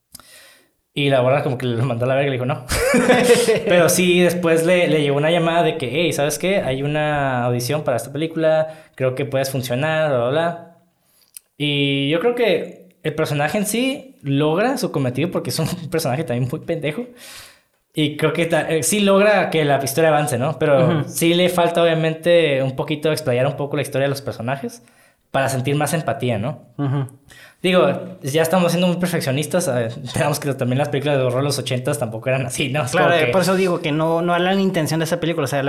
Y la morra como que le mandó a la verga y le dijo no. Pero sí, después le llegó una llamada de que, hey, ¿sabes qué? Hay una audición para esta película. Creo que puedes funcionar, bla, bla, bla. Y yo creo que el personaje en sí logra su cometido porque es un personaje también muy pendejo. Y creo que sí logra que la historia avance, ¿no? Pero sí le falta obviamente un poquito explayar un poco la historia de los personajes para sentir más empatía, ¿no? Digo, ya estamos siendo muy perfeccionistas. Tenemos que también las películas de horror de los 80s tampoco eran así, ¿no? Es Claro, que... por eso digo que no era la intención de esa película. O sea,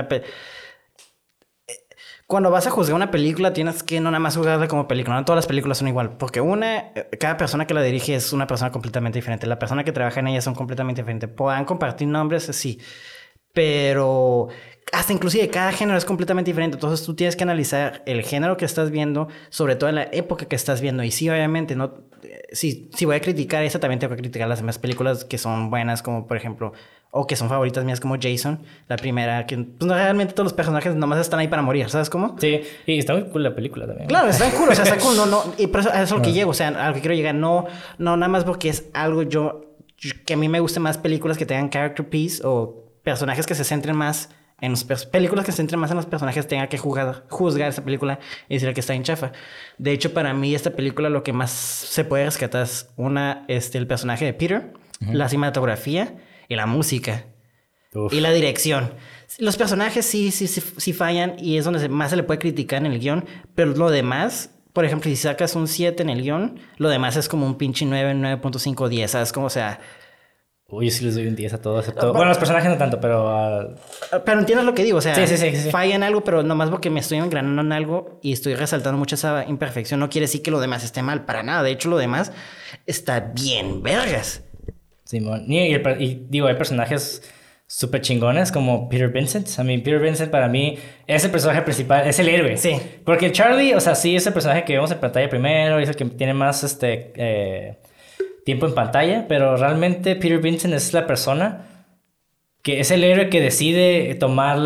cuando vas a juzgar una película, tienes que no nada más juzgarla como película. No todas las películas son igual. Porque cada persona que la dirige es una persona completamente diferente. La persona que trabaja en ella son completamente diferentes. Puedan compartir nombres, sí. Pero hasta inclusive cada género es completamente diferente. Entonces tú tienes que analizar el género que estás viendo, sobre todo en la época que estás viendo. Y sí, obviamente, no... Si voy a criticar esa, también tengo que criticar las demás películas que son buenas, como por ejemplo... O que son favoritas mías, como Jason. La primera, que pues, realmente todos los personajes nomás están ahí para morir, ¿sabes cómo? Sí, y está muy cool la película también. Claro, está cool, o sea, está cool. Y por eso es a lo que llego, o sea, a lo que quiero llegar. No nada más porque es algo que a mí me gustan más películas que tengan character piece o personajes que se centren más en los películas que se centren más en los personajes, tenga que juzgar esa película y decir que está en chafa. De hecho, para mí esta película lo que más se puede rescatar es el personaje de Peter, la cinematografía y la música. Y la dirección. Los personajes sí fallan y es donde más se le puede criticar en el guión, pero lo demás, por ejemplo, si sacas un 7 en el guión, lo demás es como un pinche 9, 9.5, 10, ¿sabes? Como, o sea... Uy, yo sí les doy un 10 a todos, excepto... Bueno, los personajes no tanto, pero... Pero entiendes lo que digo, o sea... Sí. Falla en algo, pero nomás porque me estoy engranando en algo y estoy resaltando mucho esa imperfección, no quiere decir que lo demás esté mal, para nada. De hecho, lo demás está bien vergas. Simón. Y digo, hay personajes súper chingones como Peter Vincent. A mí, Peter Vincent para mí es el personaje principal, es el héroe. Sí. Porque Charlie, o sea, sí es el personaje que vemos en pantalla primero, es el que tiene más tiempo en pantalla, pero realmente Peter Vincent es la persona que es el héroe que decide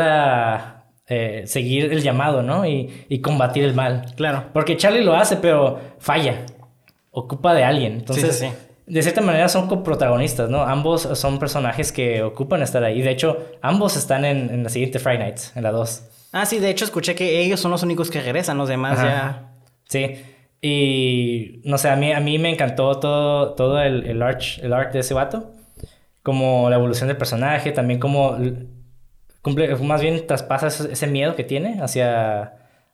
seguir el llamado, ¿no? Y combatir el mal. Claro. Porque Charlie lo hace, pero falla. Ocupa de alguien. Entonces... Sí. De cierta manera son coprotagonistas, ¿no? Ambos son personajes que ocupan estar ahí. De hecho, ambos están en la siguiente Friday Nights, en la 2. Ah, sí, de hecho escuché que ellos son los únicos que regresan, los demás ya... Sí, y no sé, a mí me encantó todo el art de ese vato. Como la evolución del personaje, también como más bien traspasa ese miedo que tiene hacia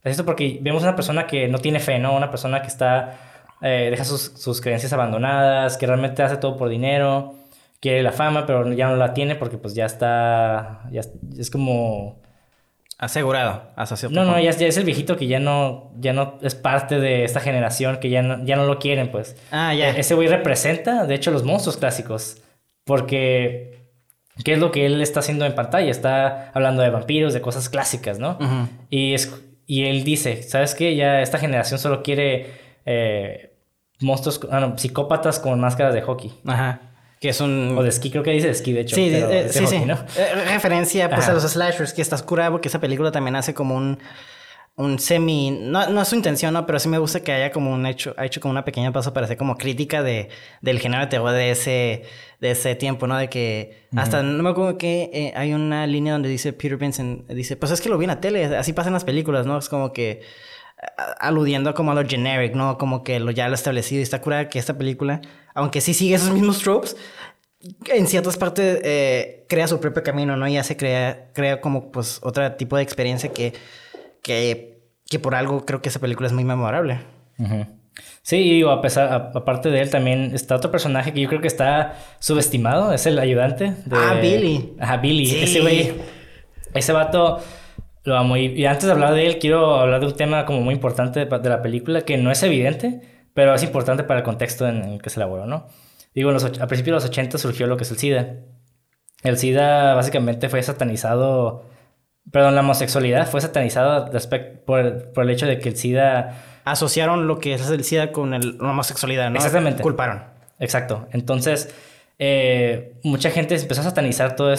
Es esto porque vemos una persona que no tiene fe, ¿no? Una persona que está... deja sus creencias abandonadas, que realmente hace todo por dinero, quiere la fama, pero ya no la tiene porque pues ya está... Ya es como... Asegurado, hasta cierto No, punto. ya es el viejito que ya no es parte de esta generación, que ya no lo quieren, pues. Ah, ya. Ese güey representa, de hecho, los monstruos clásicos. Porque, ¿qué es lo que él está haciendo en pantalla? Está hablando de vampiros, de cosas clásicas, ¿no? Ujú. Y él dice, ¿sabes qué? Ya esta generación solo quiere monstruos, psicópatas con máscaras de hockey. Ajá. Que es un... O de esquí, creo que dice de esquí, de hecho. Sí, pero es de sí, hockey, sí. ¿no? Referencia pues Ajá. a los slashers, que está oscura porque esa película también hace como un semi... No es su intención, ¿no? Pero sí me gusta que haya como ha hecho como una pequeña paso para hacer como crítica del género de terror de ese tiempo, ¿no? De que hasta no me acuerdo que hay una línea donde dice Peter Vincent, dice, pues es que lo vi en la tele, así pasan las películas, ¿no? Es como que aludiendo como a lo generic, ¿no? Como que ya lo establecido. Y está curada que esta película, aunque sí sigue esos mismos tropes, en ciertas partes crea su propio camino, ¿no? Ya se crea como pues otro tipo de experiencia que por algo creo que esa película es muy memorable. Uh-huh. Sí, y digo, aparte de él también está otro personaje que yo creo que está subestimado, es el ayudante de... Billy. Ajá, Billy. Sí. Ese güey, ese vato lo amo. Y antes de hablar de él, quiero hablar de un tema como muy importante de la película, que no es evidente, pero es importante para el contexto en el que se elaboró, ¿no? Digo, a principios de los 80 surgió lo que es el SIDA. El SIDA básicamente fue satanizado... Perdón, la homosexualidad fue satanizada por el hecho de que el SIDA... Asociaron lo que es el SIDA con la homosexualidad, ¿no? Exactamente. Culparon. Exacto. Entonces, mucha gente empezó a satanizar toda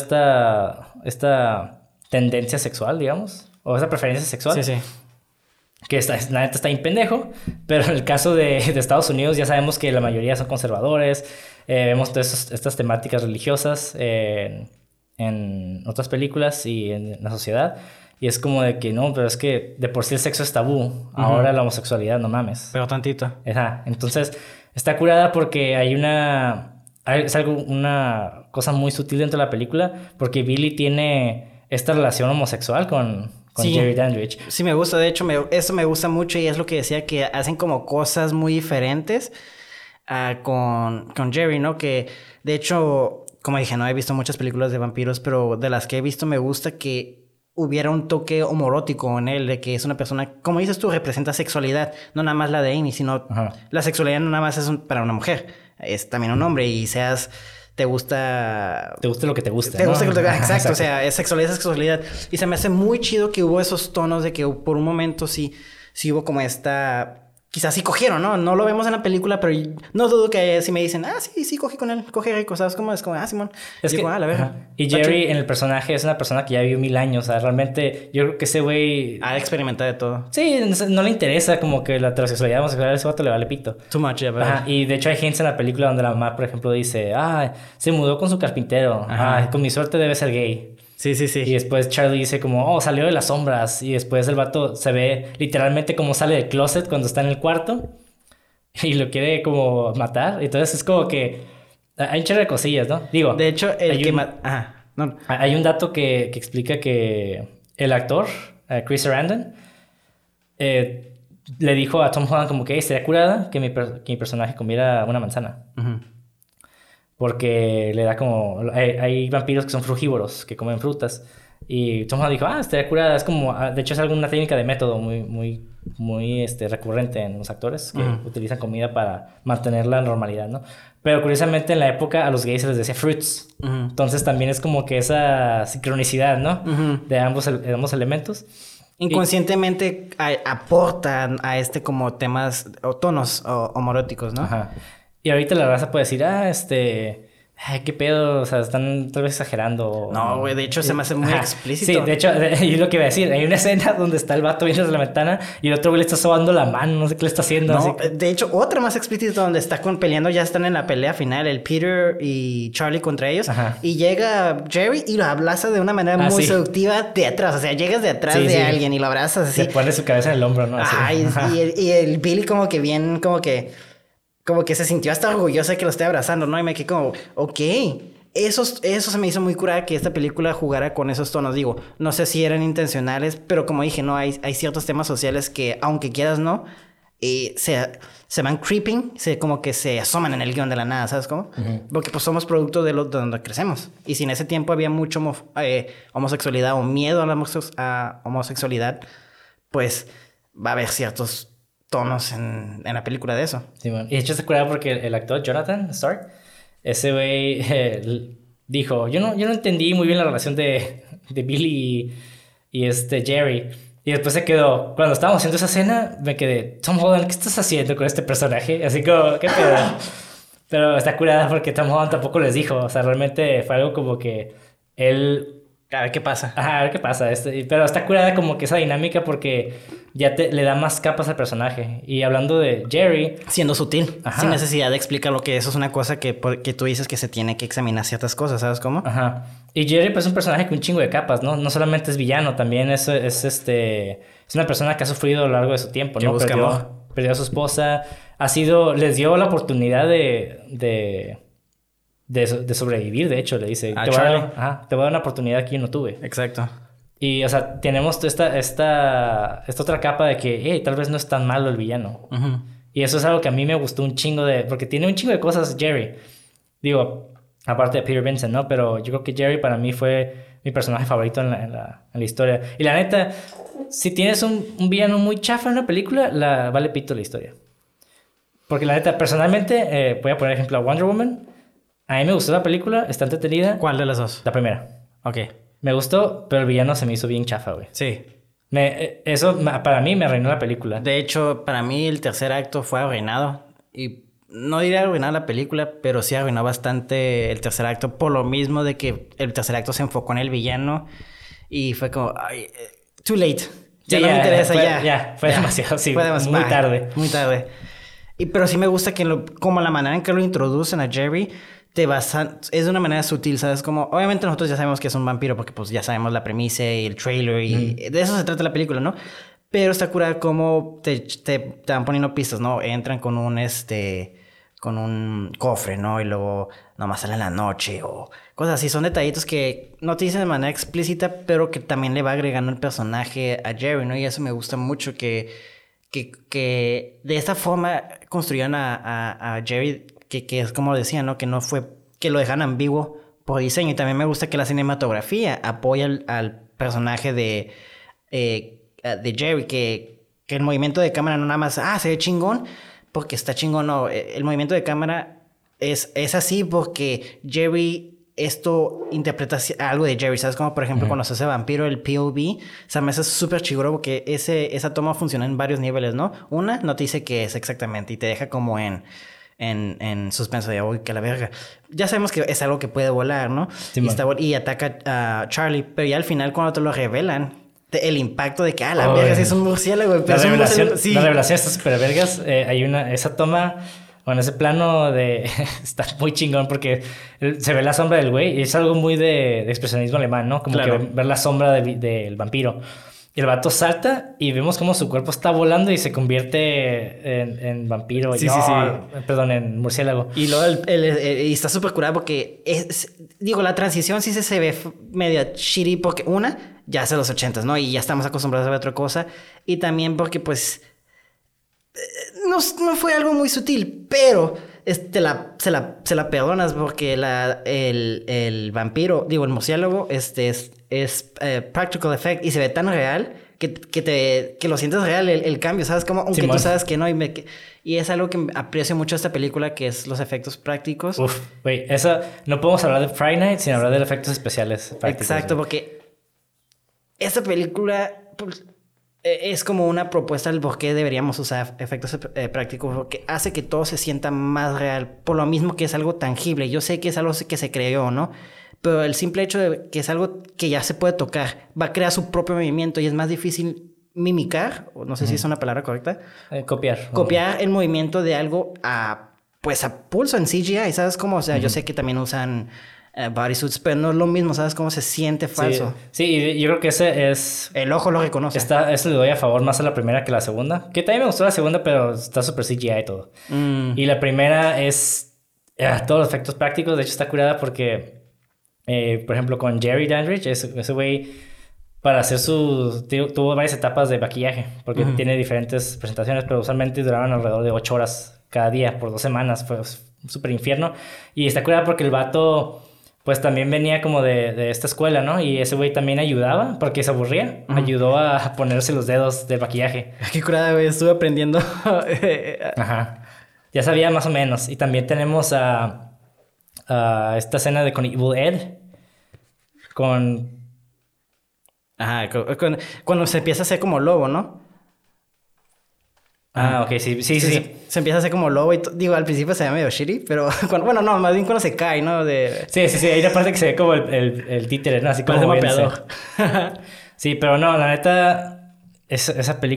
esta tendencia sexual, digamos, o esa preferencia sexual. Sí, sí. Que la neta está bien pendejo, pero en el caso de Estados Unidos ya sabemos que la mayoría son conservadores, vemos todas estas temáticas religiosas en otras películas y en la sociedad, y es como de que no, pero es que de por sí el sexo es tabú, ahora la homosexualidad, no mames. Pero tantito. Ajá. Entonces, está curada porque es una cosa muy sutil dentro de la película, porque Billy tiene esta relación homosexual con Sí. Jerry Dandridge. Sí, me gusta. De hecho, eso me gusta mucho y es lo que decía, que hacen como cosas muy diferentes con Jerry, ¿no? Que, de hecho, como dije, no he visto muchas películas de vampiros, pero de las que he visto me gusta que hubiera un toque homorótico en él, de que es una persona, como dices tú, representa sexualidad, no nada más la de Amy, sino Ajá. la sexualidad no nada más es para una mujer, es también un hombre y te gusta... Te guste lo que te guste, Te ¿no? gusta que te... Ajá, Exacto, o sea, es sexualidad. Y se me hace muy chido que hubo esos tonos de que por un momento sí hubo como esta... Quizás sí cogieron, ¿no? No lo vemos en la película, pero no dudo que si me dicen, sí, cogí con él, coge rico, ¿sabes cómo? Es como, Simón. Es digo, que, la verga. ajá. Y Jerry en el personaje es una persona que ya vivió 1000 años, o sea, realmente yo creo que ese güey... Ha experimentado de todo. Sí, no le interesa como que la heterosexualidad homosexual, a ese vato le vale pito. Too much, ya, ¿verdad? Ajá, y de hecho hay gente en la película donde la mamá, por ejemplo, dice, se mudó con su carpintero, Ajá. con mi suerte debe ser gay. Sí. Y después Charlie dice como, salió de las sombras, y después el vato se ve literalmente como sale del closet cuando está en el cuarto y lo quiere como matar. Entonces es como que hay un chorro de cosillas, ¿no? Digo, De hecho, Ajá. No. Hay un dato que explica que el actor, Chris Sarandon, le dijo a Tom Holland como que estaría curada que mi personaje comiera una manzana. Uh-huh. Porque le da como... Hay vampiros que son frugívoros, que comen frutas. Y Tom Holland dijo, estaría curada. Es como... de hecho, es alguna técnica de método muy recurrente en los actores que utilizan comida para mantener la normalidad, ¿no? Pero curiosamente en la época a los gays se les decía fruits. Uh-huh. Entonces también es como que esa sincronicidad, ¿no? Uh-huh. De ambos elementos. Inconscientemente aportan a como temas o tonos homoróticos, ¿no? Ajá. Y ahorita la raza puede decir, qué pedo, o sea, están tal vez exagerando. No, güey, de hecho se me hace muy explícito. Sí, de hecho, yo lo que iba a decir, hay una escena donde está el vato viendo desde la ventana y el otro güey le está sobando la mano, no sé qué le está haciendo. No, así. de hecho, otra más explícita donde está peleando, ya están en la pelea final, el Peter y Charlie contra ellos. Ajá. Y llega Jerry y lo abraza de una manera muy seductiva de atrás. O sea, llegas de atrás de alguien y lo abrazas así. Se pone su cabeza en el hombro, ¿no? Así. Y el Billy como que se sintió hasta orgulloso de que lo esté abrazando, ¿no? Y me quedé como, ok. Eso se me hizo muy curada que esta película jugara con esos tonos. Digo, no sé si eran intencionales, pero como dije, no, hay ciertos temas sociales que, aunque quieras, no, se van creeping, como que se asoman en el guión de la nada, ¿sabes cómo? Porque pues somos producto de donde crecemos. Y si en ese tiempo había mucho homosexualidad o miedo a la homosexualidad, pues va a haber ciertos tonos en la película de eso. Sí, man. Y de hecho se acuerda porque el actor Jonathan Stark, ese güey dijo, yo no entendí muy bien la relación de Billy y Jerry. Y después se quedó, cuando estábamos haciendo esa escena, me quedé, Tom Holland, ¿qué estás haciendo con este personaje? Así como, ¿qué pedo? Pero está curada porque Tom Holland tampoco les dijo, o sea, realmente fue algo como que él... A ver qué pasa. Ajá, a ver qué pasa. Pero está curada como que esa dinámica porque ya le da más capas al personaje. Y hablando de Jerry... Siendo sutil, ajá, sin necesidad de explicar lo que eso es una cosa que tú dices que se tiene que examinar ciertas cosas, ¿sabes cómo? Ajá. Y Jerry pues es un personaje con un chingo de capas, ¿no? No solamente es villano, también es una persona que ha sufrido a lo largo de su tiempo, que ¿no? Busca amor. Perdió a su esposa. Les dio la oportunidad de sobrevivir, de hecho, le dice. A te Charlie. voy a dar una oportunidad que yo no tuve. Exacto. Y, o sea, tenemos esta otra capa de que, hey, tal vez no es tan malo el villano. Uh-huh. Y eso es algo que a mí me gustó un chingo porque tiene un chingo de cosas Jerry. Digo, aparte de Peter Vincent, ¿no? Pero yo creo que Jerry para mí fue mi personaje favorito en la historia. Y la neta, si tienes un villano muy chafa en una película, vale pito la historia. Porque la neta, personalmente, voy a poner ejemplo a Wonder Woman. A mí me gustó la película, está entretenida. ¿Cuál de las dos? La primera. Ok. Me gustó, pero el villano se me hizo bien chafa, güey. Sí. Eso para mí me arruinó la película. De hecho, para mí el tercer acto fue arruinado. Y no diría arruinar la película, pero sí arruinó bastante el tercer acto. Por lo mismo de que el tercer acto se enfocó en el villano. Y fue como, ay, too late. Ya no me interesa, ya. Fue demasiado, sí. Fue demasiado. Muy tarde. Muy tarde. Pero sí me gusta que como la manera en que lo introducen a Jerry... es de una manera sutil, ¿sabes? Como, obviamente nosotros ya sabemos que es un vampiro porque pues ya sabemos la premisa y el trailer y de eso se trata la película, ¿no? Pero está curada como te van poniendo pistas, ¿no? Entran con con un cofre, ¿no? Y luego nomás sale en la noche o cosas así. Son detallitos que no te dicen de manera explícita, pero que también le va agregando el personaje a Jerry, ¿no? Y eso me gusta mucho que de esta forma construyeron a Jerry... Que es como decía, ¿no? Que no fue... Que lo dejan ambiguo por diseño. Y también me gusta que la cinematografía apoya al personaje de Jerry. Que el movimiento de cámara no nada más... se ve chingón. Porque está chingón, no. El movimiento de cámara es así porque Jerry... Esto interpreta algo de Jerry. ¿Sabes? Como por ejemplo cuando se hace vampiro, el POV. O sea, me hace súper chiguro porque esa toma funciona en varios niveles, ¿no? Una, no te dice qué es exactamente. Y te deja como en suspenso de, uy, que la verga. Ya sabemos que es algo que puede volar, ¿no? Sí, y ataca a Charlie. Pero ya al final, cuando te lo revelan, el impacto de que, la verga, sí es un murciélago. La revelación está súper vergas. Hay esa toma, bueno, ese plano está muy chingón porque se ve la sombra del güey. Y es algo muy de expresionismo alemán, ¿no? Como claro, que ver la sombra del vampiro. Y el vato salta y vemos como su cuerpo está volando y se convierte en vampiro. Sí. Perdón, en murciélago. Y luego y está súper curado porque la transición sí se ve medio shitty porque ya hace los 80s, ¿no? Y ya estamos acostumbrados a ver otra cosa. Y también porque pues no fue algo muy sutil, pero se la perdonas porque el vampiro, el murciélago, es practical effect y se ve tan real que lo sientes real el cambio, ¿sabes? Como, aunque tú sabes que no. Y es algo que aprecio mucho de esta película, que es los efectos prácticos. Uf, güey, no podemos hablar de Friday Night sin hablar de efectos especiales prácticos. Exacto, porque esta película es como una propuesta del por qué deberíamos usar efectos prácticos, porque hace que todo se sienta más real, por lo mismo que es algo tangible. Yo sé que es algo que se creó, ¿no? Pero el simple hecho de que es algo que ya se puede tocar, va a crear su propio movimiento y es más difícil mimicar, o no sé si es una palabra correcta. Copiar. Copiar el movimiento de algo a pulso en CGI, ¿sabes cómo? O sea, yo sé que también usan bodysuits, pero no es lo mismo, ¿sabes cómo se siente falso? Sí, yo creo que ese es... El ojo lo reconoce. Eso le doy a favor más a la primera que a la segunda. Que también me gustó la segunda, pero está súper CGI y todo. Y la primera es... todos los efectos prácticos. De hecho, está curada porque Por ejemplo, con Jerry Dandridge, ese güey, para hacer tuvo varias etapas de maquillaje, porque tiene diferentes presentaciones, pero usualmente duraban alrededor de 8 horas cada día, por 2 semanas. Fue un súper infierno. Y está curada porque el vato, pues también venía como de esta escuela, ¿no? Y ese güey también ayudaba, porque se aburría. Ayudó a ponerse los dedos del maquillaje. Qué curada, güey. Estuve aprendiendo. Ajá. Ya sabía más o menos. Y también tenemos a esta escena con Evil Ed. Ajá, cuando se empieza a hacer como lobo, ¿no? Ok, sí. Se empieza a hacer como lobo y digo, al principio se ve medio shitty, pero bueno, no, más bien cuando se cae, ¿no? Sí, hay una parte que se ve como el títere, ¿no? Así como mapeador. Sí, pero no, la neta, esa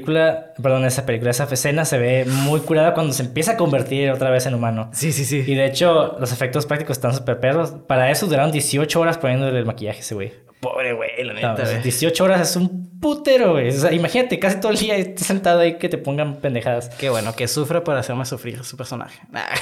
escena se ve muy curada cuando se empieza a convertir otra vez en humano. Sí. Y de hecho, los efectos prácticos están súper perros. Para eso duraron 18 horas poniéndole el maquillaje a ese güey. Pobre güey, la neta, güey. 18 horas es un putero, güey. O sea, imagínate, casi todo el día estás sentado ahí que te pongan pendejadas. Qué bueno, que sufra para hacerme sufrir su personaje.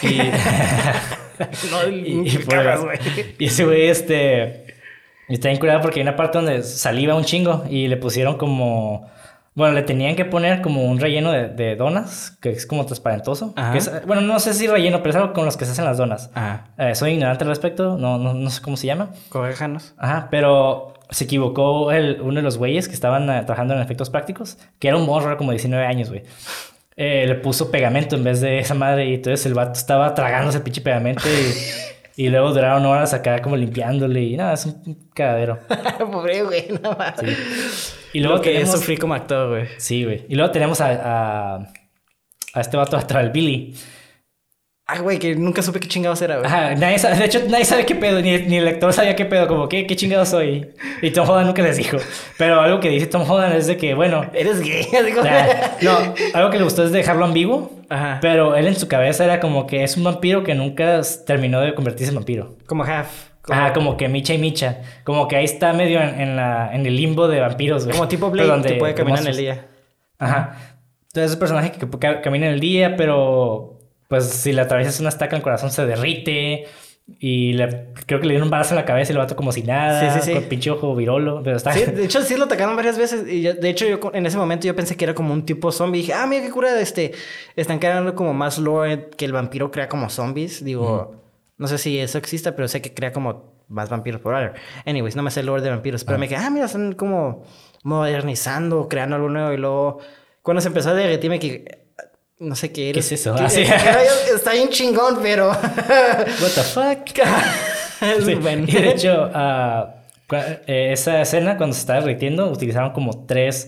Y ese güey, está bien curado porque hay una parte donde saliva un chingo y le pusieron como... Bueno, le tenían que poner como un relleno de donas, que es como transparentoso. Que bueno, no sé si relleno, pero es algo con los que se hacen las donas. Soy ignorante al respecto, no sé cómo se llama. Corréjanos. Pero se equivocó uno de los güeyes que estaban trabajando en efectos prácticos, que era un morro como 19 años, güey. Le puso pegamento en vez de esa madre y entonces el vato estaba tragándose el pinche pegamento y luego duraron horas acá como limpiándole y nada, es un cagadero. Pobre güey, nada más. Sí. Y luego que sufrí como actor, güey. Sí, güey. Y luego tenemos a este vato atrás, el Billy. Ay, güey, que nunca supe qué chingados era, güey. Ajá, de hecho, nadie sabe qué pedo, ni el lector sabía qué pedo, como, ¿qué chingados soy? Y Tom Holland nunca les dijo. Pero algo que dice Tom Holland es de que, bueno... Eres gay. No, algo que le gustó es dejarlo ambiguo. Ajá. Pero él en su cabeza era como que es un vampiro que nunca terminó de convertirse en vampiro. Como half. Como que Micha y Micha. Como que ahí está medio en el limbo de vampiros, güey. Como tipo Blade, que puede caminar en el día. Ajá. Entonces es un personaje que camina en el día, pero... Pues si le atraviesas una estaca, el corazón se derrite. Y creo que le dieron un balazo en la cabeza y lo vato como si nada. Sí. Con pinche ojo virolo. Pero está... Sí, de hecho sí lo atacaron varias veces. Y de hecho yo en ese momento yo pensé que era como un tipo zombie. Y dije, mira qué cura están creando como más lore que el vampiro crea como zombies. Digo, no sé si eso exista, pero sé que crea como más vampiros por ahora. Anyways, no me sé el lore de vampiros. Pero me quedé, mira, están como modernizando, creando algo nuevo. Y luego, cuando se empezó a derretir, me quedé... No sé qué eres. ¿Qué es eso? Está bien chingón, pero... What the fuck? Sí. Bueno. Y de hecho, esa escena, cuando se está derritiendo, utilizaron como tres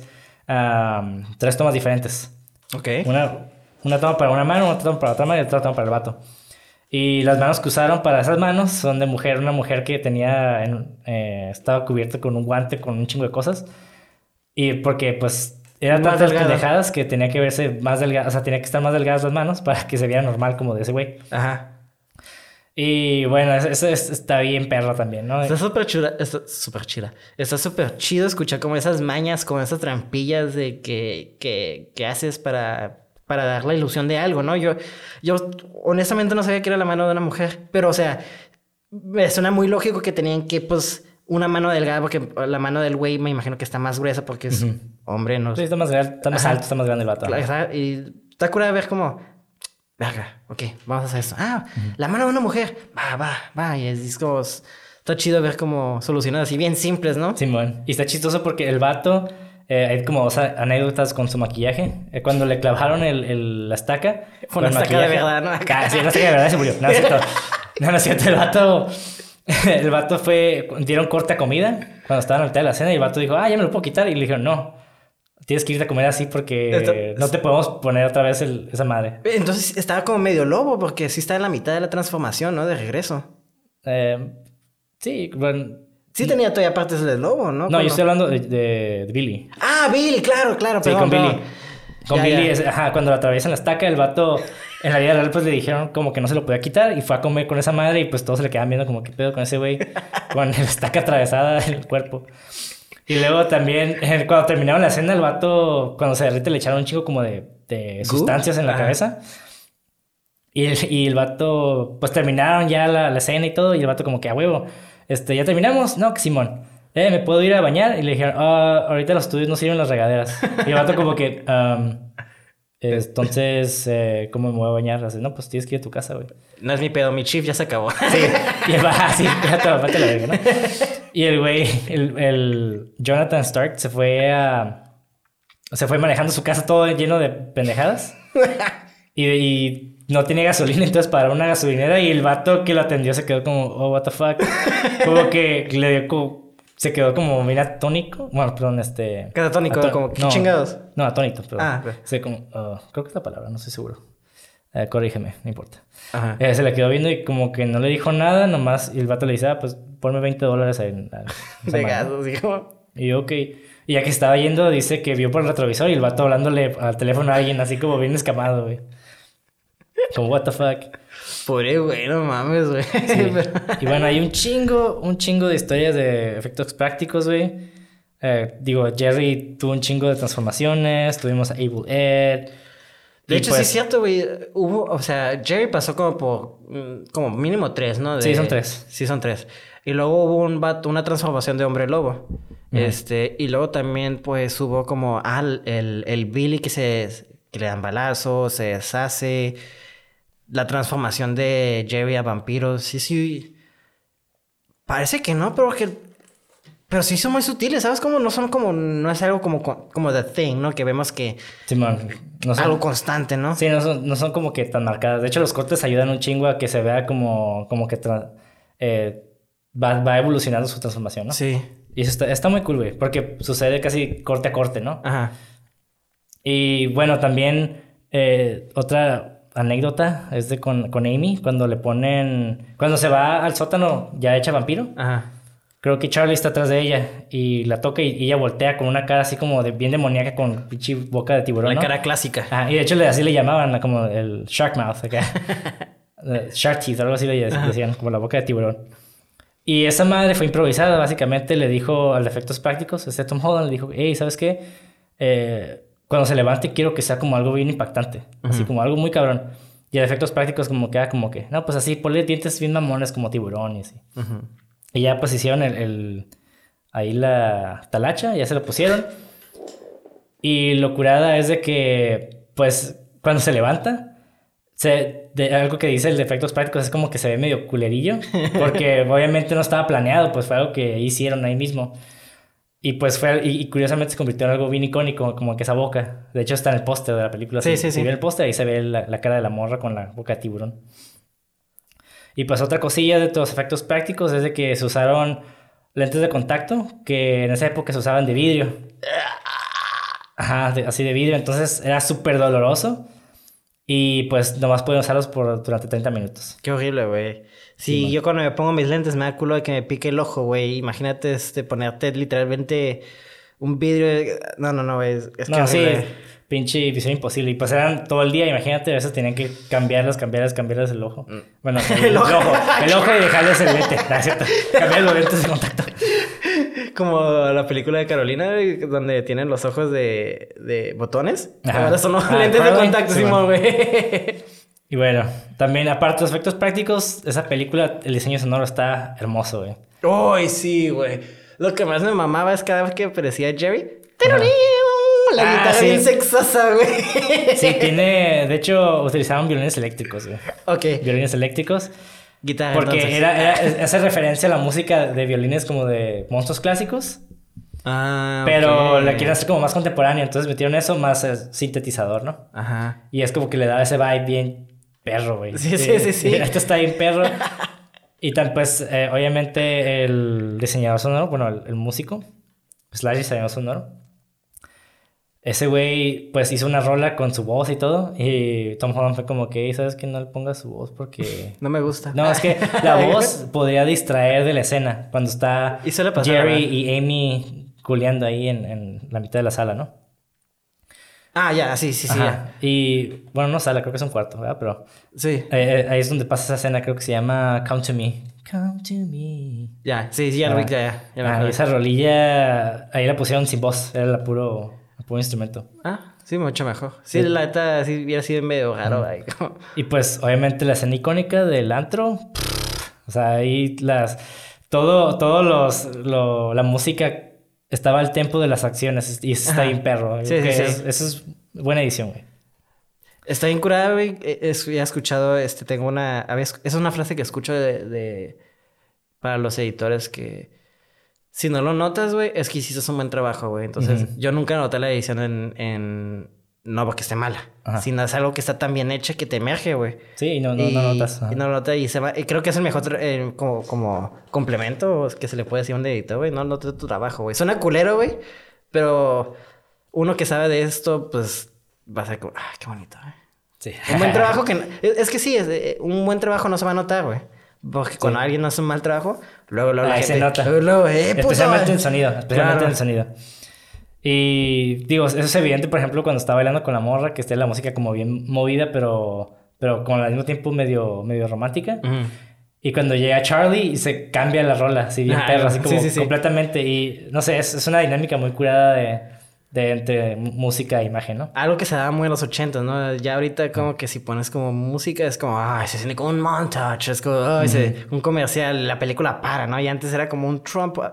tomas diferentes. Ok. Una toma para una mano, otra toma para otra mano y otra toma para el vato. Y las manos que usaron para esas manos son de mujer. Una mujer que tenía... estaba cubierta con un guante con un chingo de cosas. Y porque, pues... Eran tantas pendejadas que tenía que verse más delgada, o sea, tenía que estar más delgadas las manos para que se viera normal como de ese güey. Ajá. Y bueno, eso está bien perro también, ¿no? Está súper chida. Está súper chido escuchar como esas mañas, como esas trampillas de que haces para dar la ilusión de algo, ¿no? Yo honestamente no sabía que era la mano de una mujer, pero o sea, me suena muy lógico que tenían que, pues... Una mano delgada, porque la mano del güey me imagino que está más gruesa porque es hombre, ¿no? Sí, está más grande, está más alto, está más grande el vato. Y está curada de ver como... Verga, ok, vamos a hacer esto. La mano de una mujer. Va. Y es como... Está chido ver como soluciones así bien simples, ¿no? Sí, bueno. Y está chistoso porque el vato... hay como anécdotas con su maquillaje. Cuando le clavaron la estaca... Fue una estaca de verdad, ¿no? Sí, una estaca de verdad se murió. No, es cierto. No es cierto. El vato dieron corte a comida cuando estaban a mitad de la cena y el vato dijo, ya me lo puedo quitar. Y le dijeron, no, tienes que irte a comer así porque no te podemos poner otra vez esa madre. Entonces estaba como medio lobo porque sí está en la mitad de la transformación, ¿no? De regreso. Sí, bueno... Sí tenía todavía partes del lobo, ¿no? No, yo estoy hablando de Billy. Billy, claro. Sí, perdón, con Billy. Con Billy, cuando lo atraviesan la estaca, el vato... En la vida real, pues le dijeron como que no se lo podía quitar y fue a comer con esa madre y pues todos se le quedaban viendo como qué pedo con ese güey con la estaca atravesada en el cuerpo. Y luego también, cuando terminaron la cena, el vato, cuando se derrite, le echaron un chico como de sustancias en la cabeza. Y el vato, pues terminaron ya la escena y todo y el vato como que a huevo. ¿Ya terminamos? No, que Simón. ¿Me puedo ir a bañar? Y le dijeron, ahorita los estudios no sirven las regaderas. Y el vato como que, entonces, ¿cómo me voy a bañar? Así, no, pues tienes que ir a tu casa, güey. No es mi pedo, mi shift ya se acabó. Sí, y él va así, ya te la verga, ¿no? Y el güey, el Jonathan Stark se fue manejando su casa todo lleno de pendejadas. Y no tiene gasolina, entonces paró una gasolinera y el vato que lo atendió se quedó como, oh, what the fuck. Como que le dio como... Se quedó como bien atónico. Bueno, perdón, Catatónico, como, ¿qué chingados? No, atónito, perdón. Okay. Se como... creo que es la palabra, no estoy seguro. Corrígeme, no importa. Ajá. Se le quedó viendo y como que no le dijo nada, nomás... Y el vato le dice, pues ponme $20 ahí. De gatos, hijo. Y yo, ok. Y ya que estaba yendo, dice que vio por el retrovisor y el vato hablándole al teléfono a alguien, así como bien escamado, güey. Como, what the fuck. Pobre güey, no mames, güey. Sí. Y bueno, hay un chingo de historias de efectos prácticos, güey. Jerry tuvo un chingo de transformaciones. Tuvimos a Evil Ed. De hecho, pues, sí es cierto, güey. Jerry pasó como por... como mínimo 3, ¿no? Sí, son 3. Sí, son 3. Y luego hubo una transformación de hombre lobo. Y luego también, pues, hubo como... el Billy que le dan balazos, se deshace... La transformación de Jerry a vampiro. Sí. Parece que no, pero sí son muy sutiles, ¿sabes? Como no es algo como The Thing, ¿no? Que vemos que... Sí, man. No son, algo constante, ¿no? Sí, no son como que tan marcadas. De hecho, los cortes ayudan un chingo a que se vea como que va evolucionando su transformación, ¿no? Sí. Y eso está muy cool, güey. Porque sucede casi corte a corte, ¿no? Ajá. Y bueno, también otra anécdota es con Amy, cuando se va al sótano ya hecha vampiro. Ajá. Creo que Charlie está atrás de ella y la toca y ella voltea con una cara así como bien demoníaca con pinche boca de tiburón, La ¿no? cara clásica. Y de hecho así le llamaban, como el Shark Mouth acá. Shark Teeth, algo así le decían, como la boca de tiburón. Y esa madre fue improvisada, básicamente le dijo al de efectos prácticos, Tom Holland le dijo, hey, ¿sabes qué? Cuando se levante quiero que sea como algo bien impactante. Así como algo muy cabrón. Y el efectos prácticos como que no, pues así, ponle dientes bien mamones como tiburón y así. Y ya pues hicieron ahí la talacha, ya se lo pusieron. Y lo curada es de que, pues, cuando se levanta, algo que dice el de efectos prácticos es como que se ve medio culerillo. Porque obviamente no estaba planeado, pues fue algo que hicieron ahí mismo. Y pues y curiosamente se convirtió en algo bien icónico, como que esa boca. De hecho está en el póster de la película. Sí. Si ve el póster, ahí se ve la cara de la morra con la boca de tiburón. Y pues otra cosilla de los efectos prácticos es de que se usaron lentes de contacto, que en esa época se usaban de vidrio. Ajá, así de vidrio. Entonces era súper doloroso. Y pues nomás pueden usarlos durante 30 minutos. Qué horrible, güey. Sí, yo cuando me pongo mis lentes me da culo de que me pique el ojo, güey. Imagínate ponerte literalmente un vidrio. No, güey. Es que horrible. Sí, pinche visión imposible. Y pues eran todo el día, imagínate, a veces tenían que cambiarles el ojo. Bueno, el ojo y dejarles el lente. No, es cierto. Cambiar los lentes de contacto. Como la película de Carolina, donde tienen los ojos de botones. Ajá. Ahora son lentes de contacto, Simón, güey. Y bueno, también aparte de los efectos prácticos, esa película, el diseño sonoro está hermoso, güey. ¡Ay, sí, güey! Lo que más me mamaba es cada vez que aparecía Jerry. La guitarra bien sexosa, güey. Sí, de hecho, utilizaban violines eléctricos, güey. Ok. Violines eléctricos. Guitarra, porque hace referencia a la música de violines como de monstruos clásicos. Pero la quieren hacer como más contemporánea. Entonces metieron eso más sintetizador, ¿no? Ajá. Y es como que le da ese vibe bien perro, güey. Sí. Esto está bien perro. Y pues, obviamente, el diseñador sonoro, bueno, el músico, / diseñador sonoro. Ese güey, pues, hizo una rola con su voz y todo. Y Tom Holland fue como que, ¿sabes qué? No le pongas su voz porque... No me gusta. No, es que la voz podría distraer de la escena. Cuando está Jerry y Amy culeando ahí en la mitad de la sala, ¿no? Ya, sí. Ya. Y, bueno, no sala, creo que es un cuarto, ¿verdad? Pero... Sí. Ahí es donde pasa esa escena, creo que se llama Come to Me. Come to me. Ya, sí, ya lo vi, ya. Y esa rolilla, ahí la pusieron sin voz. Era el puro instrumento. Sí, mucho mejor. Sí, la neta, sí hubiera sido medio raro. Ahí. Y pues, obviamente, la escena icónica del antro. O sea, ahí la música estaba al tempo de las acciones y eso está bien perro. Sí. Eso es buena edición, güey. Está bien curada, güey. Ya he escuchado, tengo es una frase que escucho para los editores que si no lo notas, güey, es que hiciste un buen trabajo, güey. Entonces, yo nunca noté la edición no porque esté mala, sino es algo que está tan bien hecho que te emerge, güey. Sí, y no notas. Y no lo notas y se va. Y creo que es el mejor como complemento que se le puede decir a un editor, güey. No notas tu trabajo, güey. Suena culero, güey, pero uno que sabe de esto, pues va a ser como, qué bonito, güey. Sí. Un buen trabajo es que sí, un buen trabajo no se va a notar, güey. Porque cuando alguien hace un mal trabajo, luego la gente... se nota. Especialmente en sonido. Especialmente en el sonido. Y digo, eso es evidente, por ejemplo, cuando está bailando con la morra, que esté la música como bien movida, pero como al mismo tiempo medio romántica. Y cuando llega Charlie y se cambia la rola, así bien perro, así como completamente. Y no sé, es una dinámica muy curada de entre música e imagen, ¿no? Algo que se daba muy en los 80, ¿no? Ya ahorita como que si pones como música es como, se siente como un montage, es como, un comercial, la película para, ¿no? Y antes era como un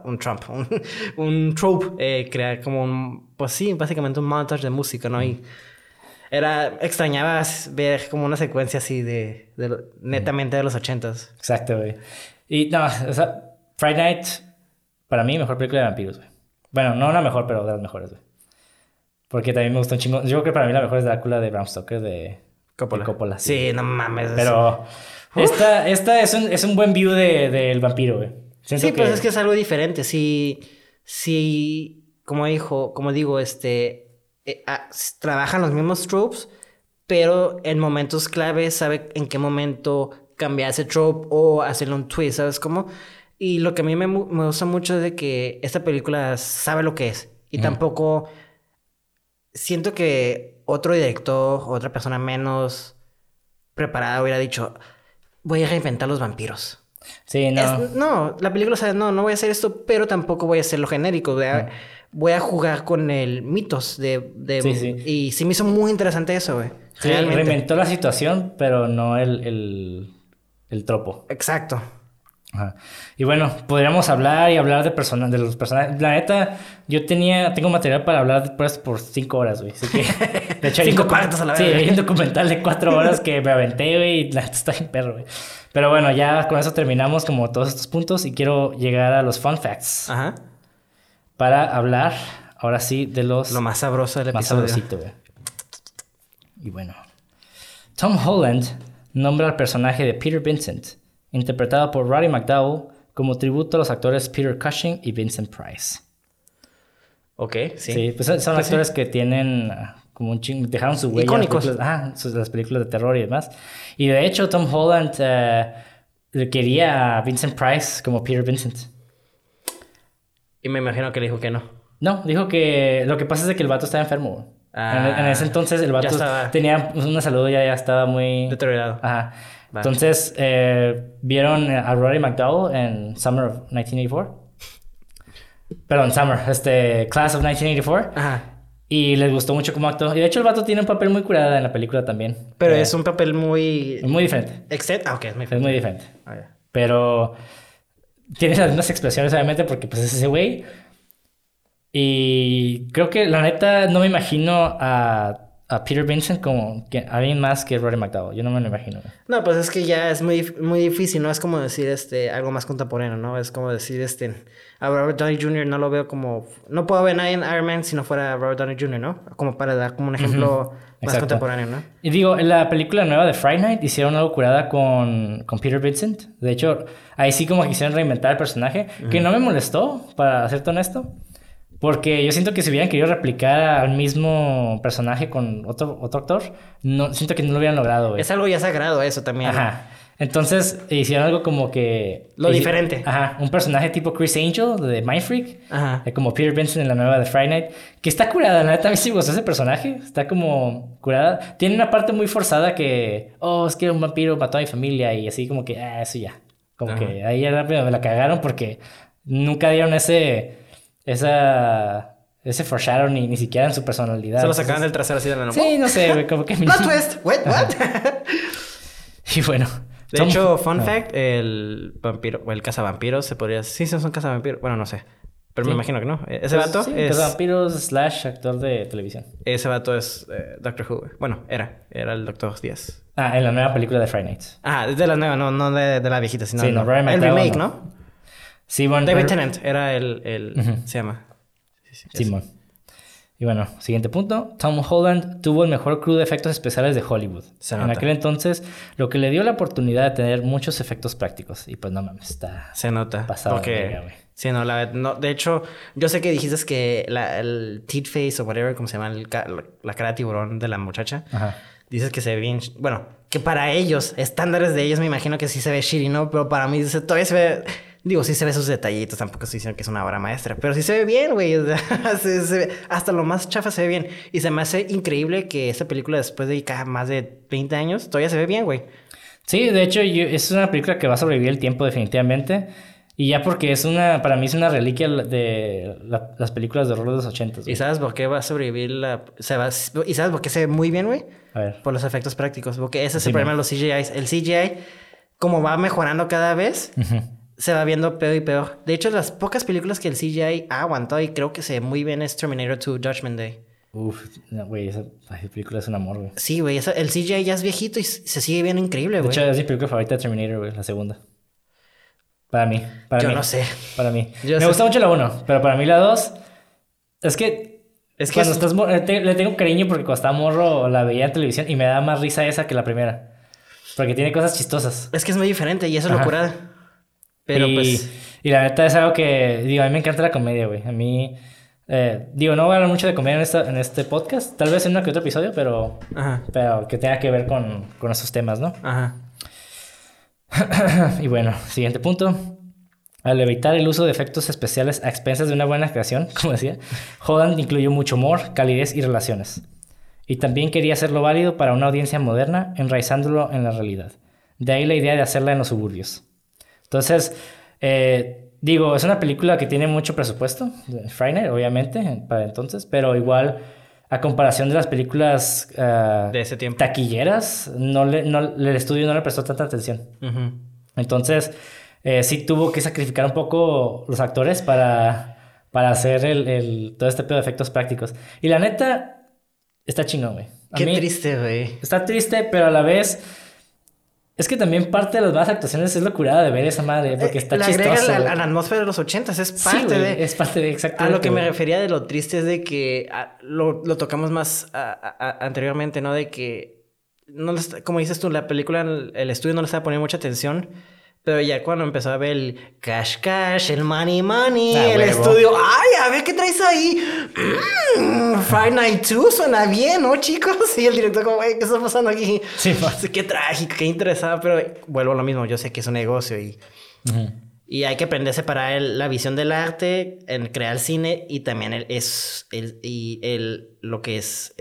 trope, crear como pues sí, básicamente un montage de música, ¿no? Y extrañabas ver como una secuencia así netamente de los 80s. Exacto, güey. Y no, o sea, Friday Night, para mí, mejor película de vampiros, güey. Bueno, no la mejor, pero de las mejores, güey. Porque también me gustó un chingo. Yo creo que para mí la mejor es Drácula de Bram Stoker de Coppola. Sí, no mames. Pero esta es un buen view del vampiro, güey. Pues es que es algo diferente. Si como digo, trabajan los mismos tropes, pero en momentos claves sabe en qué momento cambiar ese trope o hacerle un twist, ¿sabes cómo? Y lo que a mí me gusta mucho es de que esta película sabe lo que es. Y tampoco... Siento que otro director, otra persona menos preparada hubiera dicho, voy a reinventar los vampiros. Sí, no. No, la película sabe, no voy a hacer esto, pero tampoco voy a hacer lo genérico. Voy a jugar con el mitos Sí. Y sí me hizo muy interesante eso, güey. Sí, reinventó la situación, pero no el tropo. Exacto. Ajá. Y bueno, podríamos hablar de los personajes. La neta, tengo material para hablar por 5 horas, güey. Así que, de hecho, 5 partes a la vez. Sí, hay un documental de 4 horas que me aventé, güey, y la neta está bien perro, güey. Pero bueno, ya con eso terminamos como todos estos puntos y quiero llegar a los fun facts. Ajá. Para hablar, ahora sí, de lo más sabroso del más episodio. sabrosito, güey. Y bueno, Tom Holland nombra al personaje de Peter Vincent, interpretado por Roddy McDowall, como tributo a los actores Peter Cushing y Vincent Price. Ok, sí. Sí, pues son actores que tienen como un chingo, dejaron su huella. Icónicos. Las películas de terror y demás. Y de hecho, Tom Holland le quería a Vincent Price como Peter Vincent. Y me imagino que le dijo que no. No, dijo que lo que pasa es que el vato estaba enfermo. En ese entonces el vato tenía una salud ya estaba muy... deteriorado. Ajá. Va. Entonces, vieron a Roddy McDowall en Summer of 1984. Perdón, Class of 1984. Ajá. Y les gustó mucho cómo actuó. Y de hecho el vato tiene un papel muy curada en la película también. Pero es un papel muy... muy diferente. Ok, es muy diferente. Es muy diferente. Pero tiene las mismas expresiones, obviamente, porque pues es ese güey. Y creo que la neta no me imagino a Peter Vincent como alguien más que Roddy McDowall. Yo no me lo imagino. No, pues es que ya es muy, muy difícil, ¿no? Es como decir algo más contemporáneo, ¿no? Es como decir a Robert Downey Jr. no lo veo como... No puedo ver a nadie en Iron Man si no fuera Robert Downey Jr., ¿no? Como para dar como un ejemplo más contemporáneo, ¿no? Y digo, en la película nueva de Friday Night hicieron algo curada con Peter Vincent. De hecho, ahí sí como quisieron reinventar el personaje, que no me molestó, para serte honesto. Porque yo siento que si hubieran querido replicar al mismo personaje con otro actor, siento que no lo hubieran logrado, güey. Es algo ya sagrado eso también. Ajá. Entonces hicieron algo como que... diferente. Ajá. Un personaje tipo Chris Angel de Mind Freak. Ajá. Como Peter Vincent en la nueva de Friday Night. Que está curada. La neta, a mí sí me gustó ese personaje. Está como curada. Tiene una parte muy forzada que... es que un vampiro mató a mi familia. Y así como que... eso ya. Como que ahí ya rápido me la cagaron porque nunca dieron ese foreshadow ni siquiera en su personalidad. Se lo sacaban del trasero así de la Sí, no sé, güey, como que... ¡Plot twist! What? Y bueno, De hecho, fun fact, el vampiro, o el cazavampiros se podría... Sí, son cazavampiros. Bueno, no sé. Pero Sí. me imagino que no. Ese vato sí, es... vampiros / actor de televisión. Ese vato es Doctor Who. Bueno, era el Doctor 10. Ah, en la nueva película de Friday Night. Ah, es de la nueva, no de la viejita, sino... Sí, no, Ryan el McDowell, remake, no. ¿no? Sí, bueno... David Tennant era el Ujú. se llama. Sí, Simón. Y bueno, siguiente punto. Tom Holland tuvo el mejor crew de efectos especiales de Hollywood. Se En nota. aquel entonces, lo que le dio la oportunidad de tener muchos efectos prácticos. Y pues no mames, está... Se nota. Pasado de Porque... verga, güey. Sí, no, no, de hecho, yo sé que dijiste que el teeth face o whatever, como se llama, la cara de tiburón de la muchacha. Ajá. Dices que se ve bien... Bueno, que para ellos, estándares de ellos, me imagino que sí se ve shitty, ¿no? Pero para mí todavía se ve... Digo, sí se ve sus detallitos. Tampoco estoy diciendo que es una obra maestra. Pero sí se ve bien, güey. O sea, se ve, hasta lo más chafa se ve bien. Y se me hace increíble que esta película, después de más de 20 años, todavía se ve bien, güey. Sí, de hecho, es una película que va a sobrevivir el tiempo definitivamente. Y ya porque para mí es una reliquia de las películas de horror de los 80. ¿Y sabes por qué va a sobrevivir ¿Y sabes por qué se ve muy bien, güey? A ver. Por los efectos prácticos. Porque ese es Sí, el problema de man. los CGIs. El CGI, como va mejorando cada vez, se va viendo peor y peor. De hecho, las pocas películas que el CGI ha aguantado y creo que se ve muy bien es Terminator 2, Judgment Day. Uf, no, güey, esa película es un amor, güey. Sí, güey. El CGI ya es viejito y se sigue viendo increíble, De güey. hecho, es mi película favorita de Terminator, güey, la segunda. Para mí. Yo mí, no sé. Para mí. Yo Me sé. gusta mucho la 1, pero para mí la 2... Es que cuando es- estás... le tengo cariño porque cuando estaba morro la veía en televisión y me da más risa esa que la primera. Porque tiene cosas chistosas. Es que es muy diferente y eso es lo Ajá. curada. Pero pues... Y la neta es algo que... Digo, a mí me encanta la comedia, güey. A mí... digo, no voy a hablar mucho de comedia en este podcast. Tal vez en uno que otro episodio, pero... Ajá. Pero que tenga que ver con esos temas, ¿no? Ajá. Y bueno, siguiente punto. Al evitar el uso de efectos especiales a expensas de una buena creación, como decía, Holland incluyó mucho humor, calidez y relaciones. Y también quería hacerlo válido para una audiencia moderna, enraizándolo en la realidad. De ahí la idea de hacerla en los suburbios. Entonces, digo, es una película que tiene mucho presupuesto, Friday Night, obviamente, para entonces, pero igual, a comparación de las películas De ese tiempo. taquilleras, el estudio no le prestó tanta atención. Ujú. Entonces, sí tuvo que sacrificar un poco los actores para hacer todo este pedo de efectos prácticos. Y la neta, está chingón, güey. Qué triste, güey. Está triste, pero a la vez... Es que también parte de las nuevas actuaciones es lo curada de ver esa madre, porque está Le chistoso. agrega güey. a la atmósfera de los 80s, es Sí, parte güey, de... es parte de exactamente. A lo que me güey. refería de lo triste es de que lo tocamos más anteriormente, ¿no? De que, como dices tú, la película, el estudio no le estaba poniendo mucha atención, pero ya cuando empezó a ver el cash, el money, Ah, el huevo. estudio, ¡ay, a ver qué traes ahí! Friday Night 2 suena bien, ¿no, chicos? Y el director como, güey, ¿qué está pasando aquí? Sí, man. Qué trágico, qué interesado, pero vuelvo a lo mismo, yo sé que es un negocio y... Ujú. Y hay que aprender a separar la visión del arte, en crear cine y también lo que es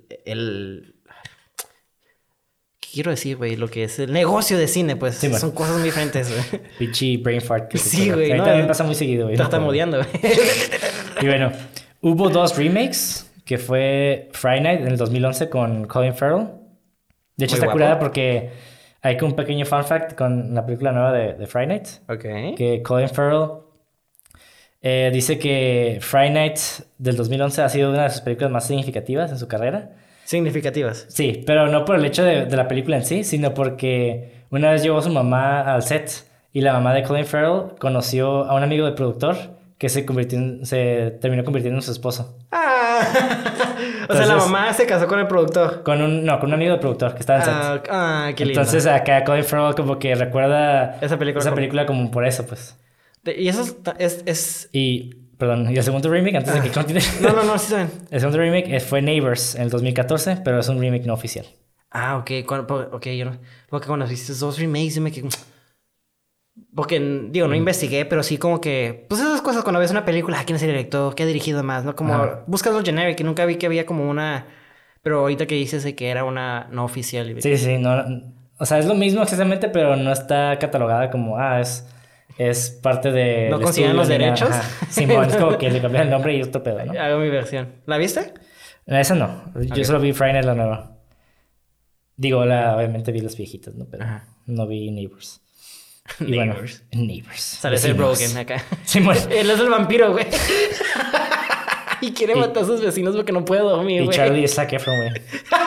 ¿qué quiero decir, güey? Lo que es el negocio de cine, pues. Sí, man. Son cosas muy diferentes, güey. Pinche brain fart. Que Sí, se güey, A mí no, también pasa muy seguido, güey. Tartamudeando, güey. Y bueno, hubo 2 remakes, que fue Friday Night en el 2011 con Colin Farrell. De hecho, Muy está guapo. curada porque hay un pequeño fun fact con la película nueva de Friday Night. Ok. Que Colin Farrell dice que Friday Night del 2011 ha sido una de sus películas más significativas en su carrera. Significativas. Sí, pero no por el hecho de la película en sí, sino porque una vez llevó a su mamá al set y la mamá de Colin Farrell conoció a un amigo del productor que se terminó convirtiendo en su esposo. Ah. O sea, la Entonces- mamá se casó con el productor. Con un amigo del productor que estaba en set. Qué lindo. Entonces acá Colin Farrell como que recuerda Esa película como- como por eso, pues. Y eso es... Y el segundo remake, antes de que continúe. No, sí saben. El segundo remake fue Neighbors en el 2014, pero es un remake no oficial. Ok, yo no... Porque cuando hiciste 2 remakes, yo me quedé... Porque, digo, no investigué, pero sí como que... Pues esas cosas cuando ves una película, ¿quién es el director? ¿Qué ha dirigido más? ¿No? Como... Ajá. Buscas lo generic y nunca vi que había como una... Pero ahorita que dices de que era una no oficial. Sí, no, o sea, es lo mismo exactamente, pero no está catalogada como, es parte de... ¿No del consideran estudio los ni nada. derechos? Ajá. Simón, es como que le cambian el nombre y otro pedo, ¿no? Hago mi versión. ¿La viste? Esa no, yo Ok. solo vi Friday Night la nueva. Digo, obviamente vi las viejitas, ¿no? Pero no vi Neighbors. Y Neighbors. Bueno, Neighbors. Sale Seth Rogen acá. Sí, bueno. Él es el vampiro, güey. Y quiere matar a sus vecinos porque no puede dormir, Y güey. Charlie es Zac Efron, güey.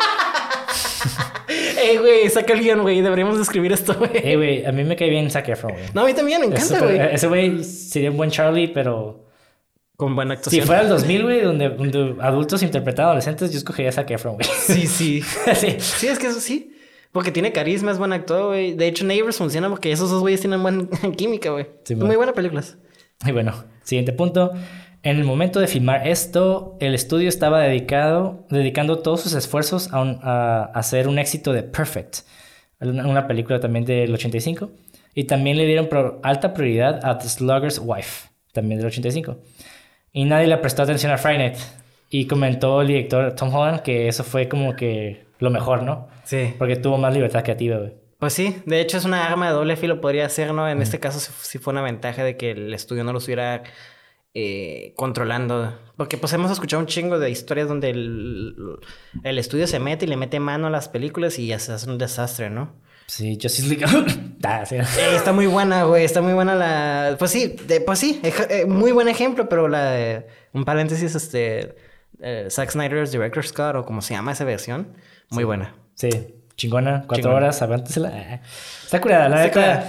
Güey, saca el guión, güey. Deberíamos escribir esto, güey. Güey, a mí me cae bien Zac Efron, güey. No, a mí también me encanta, güey. Ese güey sería un buen Charlie, pero... Con buena actuación. Si fuera el 2000, güey, donde adultos interpretaban adolescentes, yo escogería a Zac Efron, güey. Sí, sí. Sí. Sí, es que eso sí. Porque tiene carisma, es buen actor, güey. De hecho, Neighbors funciona porque esos dos güeyes tienen buena química, güey. Sí, Muy buenas películas. Y bueno, siguiente punto. En el momento de filmar esto, el estudio estaba dedicando todos sus esfuerzos a hacer un éxito de Perfect, una película también del 85. Y también le dieron alta prioridad a The Slugger's Wife, también del 85. Y nadie le prestó atención a Friday Night. Y comentó el director Tom Holland que eso fue como que lo mejor, ¿no? Sí. Porque tuvo más libertad creativa, güey. Pues sí, de hecho es una arma de doble filo, podría ser, ¿no? En este caso sí fue una ventaja de que el estudio no lo estuviera controlando. Porque pues hemos escuchado un chingo de historias donde el estudio se mete y le mete mano a las películas y ya se hace un desastre, ¿no? Sí, Justice League. Sí. Está muy buena, güey. Está muy buena la... Pues sí, muy buen ejemplo, pero un paréntesis, Zack Snyder's Director's Cut, o como se llama esa versión, muy buena. Sí, chingona. 4 Chingona. horas, aguántesela. Está curada, la neta.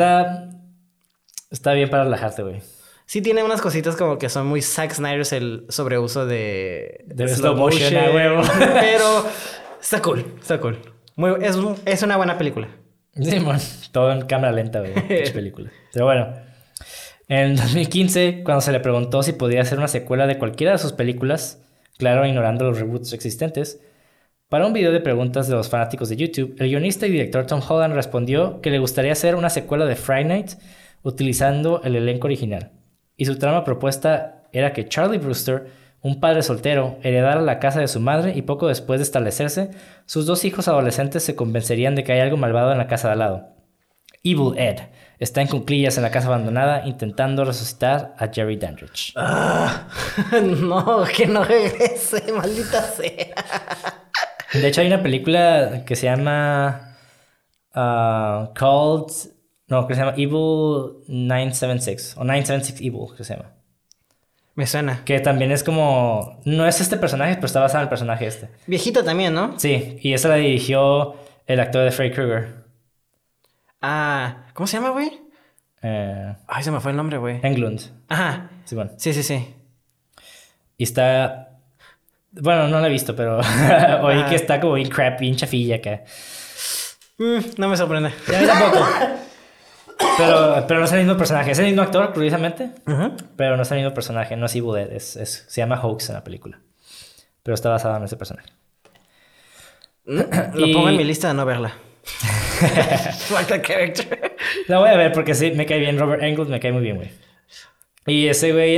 Está bien para relajarte, güey. Sí tiene unas cositas como que son muy Zack Snyder's el sobreuso de slow motion, a huevo. Pero está cool, está cool. Es una buena película. Sí, man. Todo en cámara lenta, güey. Pinche película. Pero bueno. En 2015, cuando se le preguntó si podía hacer una secuela de cualquiera de sus películas, claro, ignorando los reboots existentes, para un video de preguntas de los fanáticos de YouTube, el guionista y director Tom Holland respondió que le gustaría hacer una secuela de Friday Night utilizando el elenco original. Y su trama propuesta era que Charlie Brewster, un padre soltero, heredara la casa de su madre y poco después de establecerse, sus 2 hijos adolescentes se convencerían de que hay algo malvado en la casa de al lado. Evil Ed está en cuclillas en la casa abandonada intentando resucitar a Jerry Dandridge. No, que no regrese, maldita sea. De hecho, hay una película que se llama que se llama Evil 976 o 976 Evil, que se llama. Me suena. Que también es como... No es este personaje, pero está basado en el personaje este. Viejita también, ¿no? Sí, y esa la dirigió el actor de Freddy Krueger. Ah, ¿cómo se llama, güey? Ay, se me fue el nombre, güey. Englund. Ajá. Sí, bueno. Sí, sí, sí. Y está... Bueno, no la he visto, pero oí que está como bien crap, bien chafilla acá. No me sorprende. Ya a mí tampoco. Pero no es el mismo personaje. Es el mismo actor, curiosamente. Pero no es el mismo personaje. No es Evil Ed. Se llama Hoax en la película. Pero está basado en ese personaje. Lo pongo en mi lista de no verla. Fuck the character. La voy a ver porque sí, me cae bien. Robert Englund me cae muy bien, güey. Y ese güey,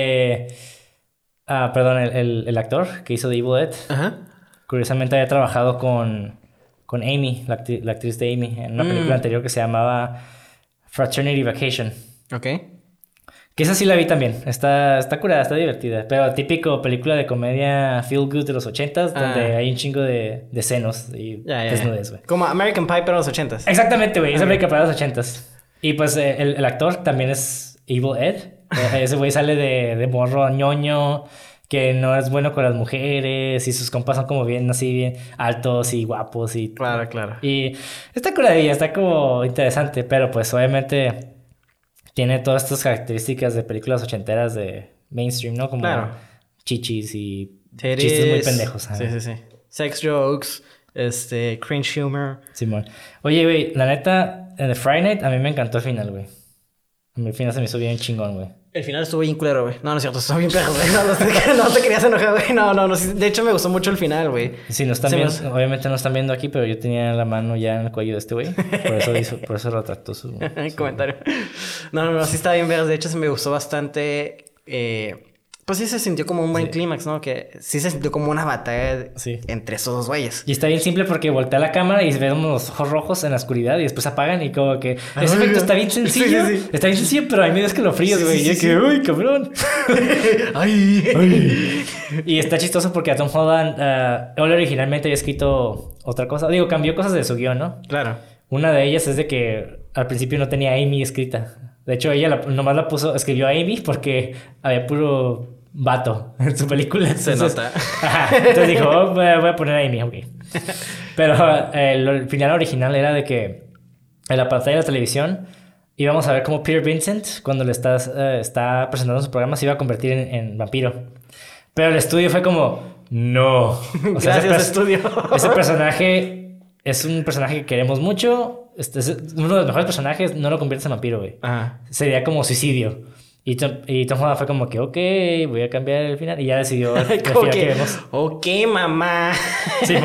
perdón, el actor que hizo de Evil Ed. Ajá. Curiosamente había trabajado con Amy, la actriz de Amy, en una película anterior que se llamaba Fraternity Vacation. Ok. Que esa sí la vi también. Está curada, está divertida. Pero típico película de comedia feel good de los 80s, donde hay un chingo de senos y desnudez, güey. Como American Pie, pero en los 80s. Exactamente, güey. Es American Pie de los 80s. Y pues el actor también es Evil Ed. Ese güey sale de morro ñoño, que no es bueno con las mujeres, y sus compas son como bien así, bien altos y guapos. Y Claro, claro. Y está curadilla, está como interesante, pero pues obviamente tiene todas estas características de películas ochenteras de mainstream, ¿no? Como chichis y chistes muy pendejos. Sí, sí, sí. Sex jokes, cringe humor. Simón. Oye, güey, la neta, en The Friday Night a mí me encantó el final, güey. A mí el final se me hizo bien chingón, güey. El final estuvo bien culero, güey. No es cierto, estuvo bien perro, güey. No te querías enojar, güey. No. De hecho, me gustó mucho el final, güey. Sí, no están viendo, obviamente no están viendo aquí, pero yo tenía la mano ya en el cuello de este güey. Por eso retractó su comentario. No, sí está bien vergas. De hecho, se me gustó bastante Pues sí se sintió como un buen clímax, ¿no? Que sí se sintió como una batalla entre esos dos güeyes. Y está bien simple porque voltea la cámara y se ven unos ojos rojos en la oscuridad y después apagan y como que... Ese efecto está bien sencillo. Sí. Está bien sencillo, pero hay medios que lo fríos, güey. Y yo que, uy, cabrón. Ay. Y está chistoso porque a Tom Holland... él originalmente había escrito otra cosa. Digo, cambió cosas de su guión, ¿no? Claro. Una de ellas es de que al principio no tenía Amy escrita. De hecho, ella nomás la puso... Escribió a Amy porque había puro... vato en su película. Entonces, se nota. Entonces dijo, voy a poner a Amy, ok. Pero el final original era de que en la pantalla de la televisión íbamos a ver cómo Peter Vincent, cuando le está presentando su programa, se iba a convertir en vampiro. Pero el estudio fue como, no. O sea, gracias, estudio. Ese personaje es un personaje que queremos mucho. Es uno de los mejores personajes, no lo conviertes en vampiro, güey. Sería como suicidio. Y Tom Holland fue como que, ok, voy a cambiar el final. Y ya decidió el final que vemos. Ok, mamá. Sí,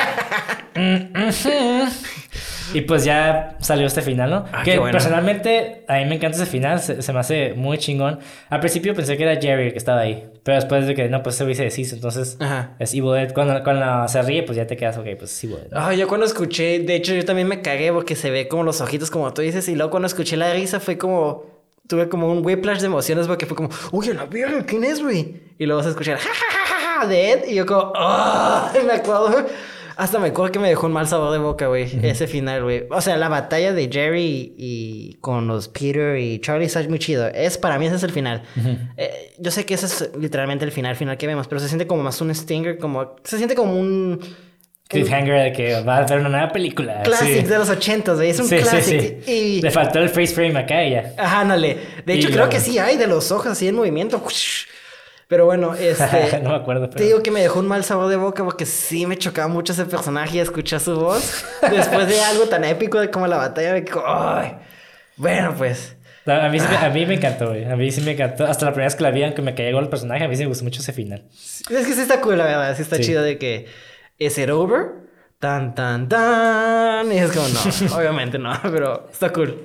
y pues ya salió este final, ¿no? Que bueno. Personalmente, a mí me encanta ese final. Se me hace muy chingón. Al principio pensé que era Jerry el que estaba ahí. Pero después de que, no, pues ese güey se deshizo. Entonces, es Evil Dead. Cuando se ríe, pues ya te quedas, ok, pues es Evil Dead. Yo cuando escuché... De hecho, yo también me cagué porque se ve como los ojitos, como tú dices. Y luego cuando escuché la risa fue como... Tuve como un whiplash de emociones porque fue como... Uy, la verga, ¿quién es, güey? Y luego se escuchaba... Ja, ja, ja, ja, ja, Dead. Y yo como... ¡Oh! Me acuerdo... Hasta me acuerdo que me dejó un mal sabor de boca, güey. Ese final, güey. O sea, la batalla de Jerry y con los Peter y Charlie está muy chido. Para mí ese es el final. Yo sé que ese es literalmente el final que vemos. Pero se siente como más un stinger. Se siente como un... cliffhanger de que va a hacer una nueva película. Classic de los 80, güey. Es un classic. Sí. Y... le faltó el freeze frame acá y ya. Ajá, ándale. De hecho, creo que sí hay de los ojos así en movimiento. Pero bueno, no me acuerdo. Pero... te digo que me dejó un mal sabor de boca porque sí me chocaba mucho ese personaje y escuchar su voz. Después de algo tan épico como la batalla, me digo, ¡ay! Bueno, pues... A mí me encantó, güey. A mí sí me encantó. Hasta la primera vez que la vi, aunque me caía gol el personaje, a mí sí me gustó mucho ese final. Es que sí está cool, la verdad. Sí está chido de que... ¿Is it over? Tan, tan, tan. Y es como, no, obviamente no, pero está cool.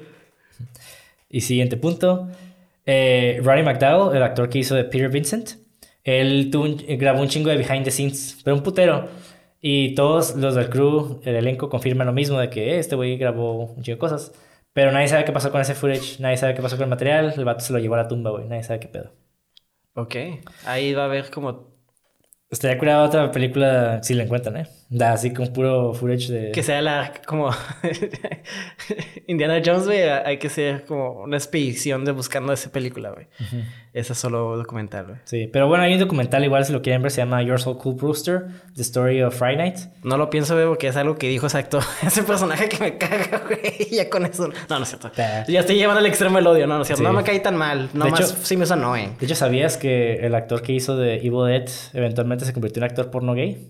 Y siguiente punto. Roddy McDowall, el actor que hizo de Peter Vincent, él grabó un chingo de behind the scenes, pero un putero. Y todos los del crew, el elenco, confirman lo mismo de que este güey grabó un chingo de cosas. Pero nadie sabe qué pasó con ese footage, nadie sabe qué pasó con el material. El vato se lo llevó a la tumba, güey, nadie sabe qué pedo. Ok, ahí va a haber como... estaría curada otra película si la encuentran, así con puro footage de... que sea como... Indiana Jones, güey. Hay que ser como una expedición de buscando esa película, güey. Esa es solo documental, güey. Sí, pero bueno, hay un documental igual si lo quieren ver. Se llama You're So Cool Brewster, The Story of Friday Night. No lo pienso ver porque es algo que dijo ese actor. Ese personaje que me caga, güey. Ya con eso... No es cierto. Ya estoy llevando al extremo el odio. No es cierto. Sí. No me caí tan mal. No más sí me sonó, güey. De hecho, ¿sabías que el actor que hizo de Evil Dead eventualmente se convirtió en actor porno gay?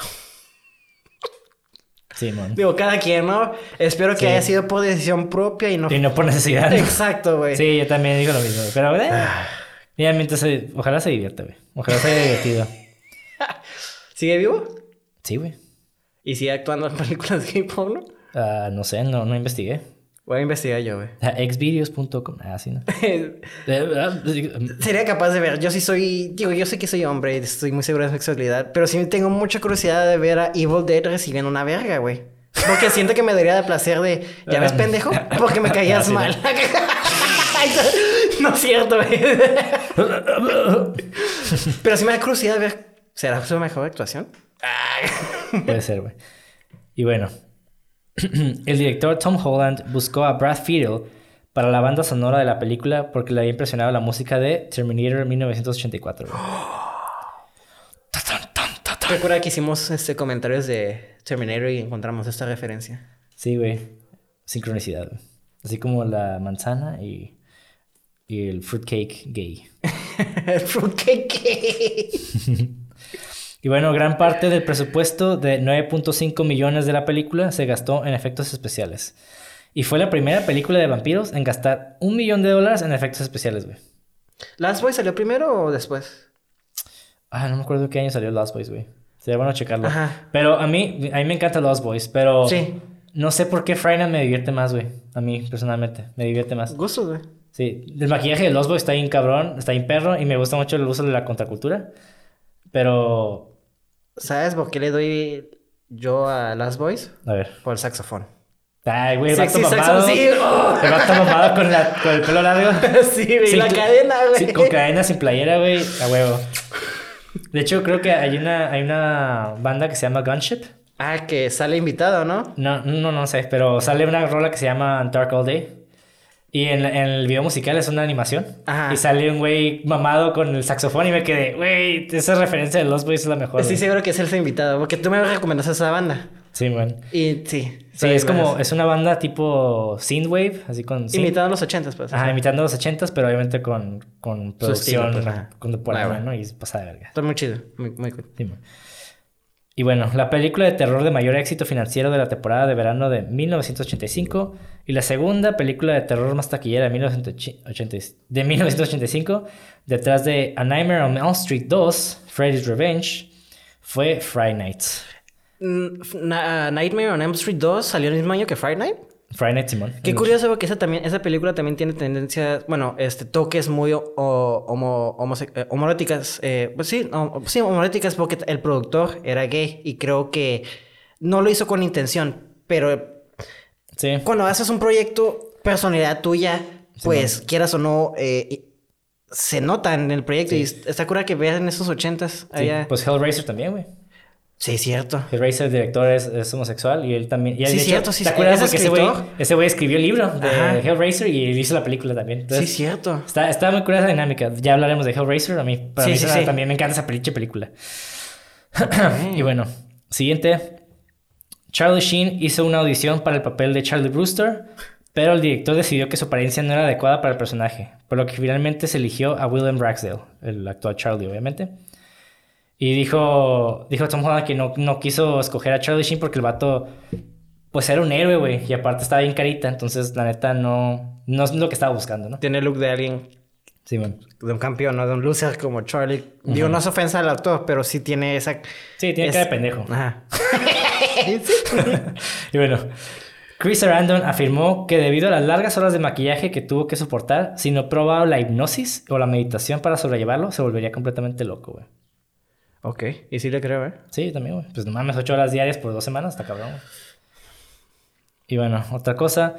Sí, man. Digo, cada quien, ¿no? Espero que haya sido por decisión propia y no... y no por necesidad. Exacto, güey. Sí, yo también digo lo mismo. Pero, mira, mientras ojalá se divierta, güey. Ojalá sea divertido. ¿Sigue vivo? Sí, güey. ¿Y sigue actuando en películas gay porno? No sé, no investigué. Voy a investigar yo, güey. Xvideos.com. Sí, ¿no? Sería capaz de ver. Yo sí soy... Digo, yo sé que soy hombre y estoy muy seguro de mi sexualidad. Pero sí tengo mucha curiosidad de ver a Evil Dead recibiendo una verga, güey. Porque siento que me daría de placer de... ¿Ya ves, pendejo? Porque me caías mal. No es cierto, güey. Pero sí me da curiosidad de ver... ¿será su mejor actuación? Puede ser, güey. Y bueno... el director Tom Holland buscó a Brad Fiedel para la banda sonora de la película porque le había impresionado la música de Terminator 1984. Recuerda que hicimos comentarios de Terminator y encontramos esta referencia. Sí, güey. Sincronicidad. Así como la manzana y el fruitcake gay. El fruitcake gay. Y bueno, gran parte del presupuesto de 9.5 millones de la película se gastó en efectos especiales. Y fue la primera película de vampiros en gastar $1 millón en efectos especiales, güey. ¿Last Boys salió primero o después? No me acuerdo qué año salió Lost Boys, güey. Sería bueno checarlo. Ajá. Pero a mí me encanta Lost Boys, pero... sí. No sé por qué Friday Night me divierte más, güey. A mí, personalmente. Me divierte más. Gustos, güey. Sí, el maquillaje de Lost Boys está bien cabrón, está bien perro y me gusta mucho el uso de la contracultura. Pero, ¿Sabes por qué le doy yo a Last Boys? a ver. Por el saxofón. Ay, güey, el vato Sexy mamado. saxofón, sí. Oh. El vato mamado con el pelo largo. Sí, güey, Sí, la cadena, güey. Sí, con cadena sin playera, güey, a huevo. De hecho, creo que hay una banda que se llama Gunship. Ah, que sale invitado, ¿no? No sé, pero sale una rola que se llama Dark All Day. Y en el video musical es una animación. Ajá. Y sale un güey mamado con el saxofón y me quedé, güey, esa referencia de Lost Boys es la mejor. Estoy güey. seguro que es el invitado, porque tú me recomendaste esa banda. Sí, man. Y sí. Sí, es como, es una banda tipo synthwave, así con synth. Imitando a los 80s, pues. Ajá, imitando a los 80s, pero obviamente con producción estilo, pues, ajá. contemporánea, Bueno. ¿no? Y pasada de verga. Está muy chido, muy cool. Sí, man. Y bueno, la película de terror de mayor éxito financiero de la temporada de verano de 1985 y la segunda película de terror más taquillera de 1985, detrás de A Nightmare on Elm Street 2, Freddy's Revenge, fue Friday Night. Nightmare on Elm Street 2 salió el mismo año que Friday Night. Friday Night, Simón. Qué curioso porque esa película también tiene tendencias, bueno, toques muy homoeróticas. Pues sí, sí, homoeróticas porque el productor era gay y creo que no lo hizo con intención, pero Sí. cuando haces un proyecto, personalidad tuya, pues quieras o no, se nota en el proyecto. Sí. Y está cura que vean esos 80s Sí, allá. pues Hellraiser también, güey. Sí, cierto. Hellraiser, el director, es homosexual y él también... Y él, Sí, de hecho, cierto, sí, ¿te acuerdas? ¿es Porque escritor? ese güey escribió el libro de Ajá. Hellraiser y él hizo la película también. Entonces, Sí, cierto. Está muy curiosa la dinámica. Ya hablaremos de Hellraiser. Para mí Sí. también me encanta esa pinche película. Y bueno, siguiente. Charlie Sheen hizo una audición para el papel de Charlie Brewster, pero el director decidió que su apariencia no era adecuada para el personaje, por lo que finalmente se eligió a William Ragsdale, el actual Charlie, obviamente. Y dijo Tom Holland que no quiso escoger a Charlie Sheen porque el vato, pues era un héroe, güey, y aparte estaba bien carita, entonces la neta no es lo que estaba buscando, ¿no? Tiene el look de alguien, Sí, man. de un campeón, ¿no? De un loser como Charlie. Digo, no es ofensa al actor, pero sí tiene esa... Sí, tiene cara de pendejo. Ajá. Y bueno, Chris Sarandon afirmó que debido a las largas horas de maquillaje que tuvo que soportar, si no probaba la hipnosis o la meditación para sobrellevarlo, se volvería completamente loco, güey. Ok, y sí le creo, ¿eh? Sí, también, güey. Pues no mames, 8 horas diarias por 2 semanas, está cabrón, güey. Y bueno, otra cosa.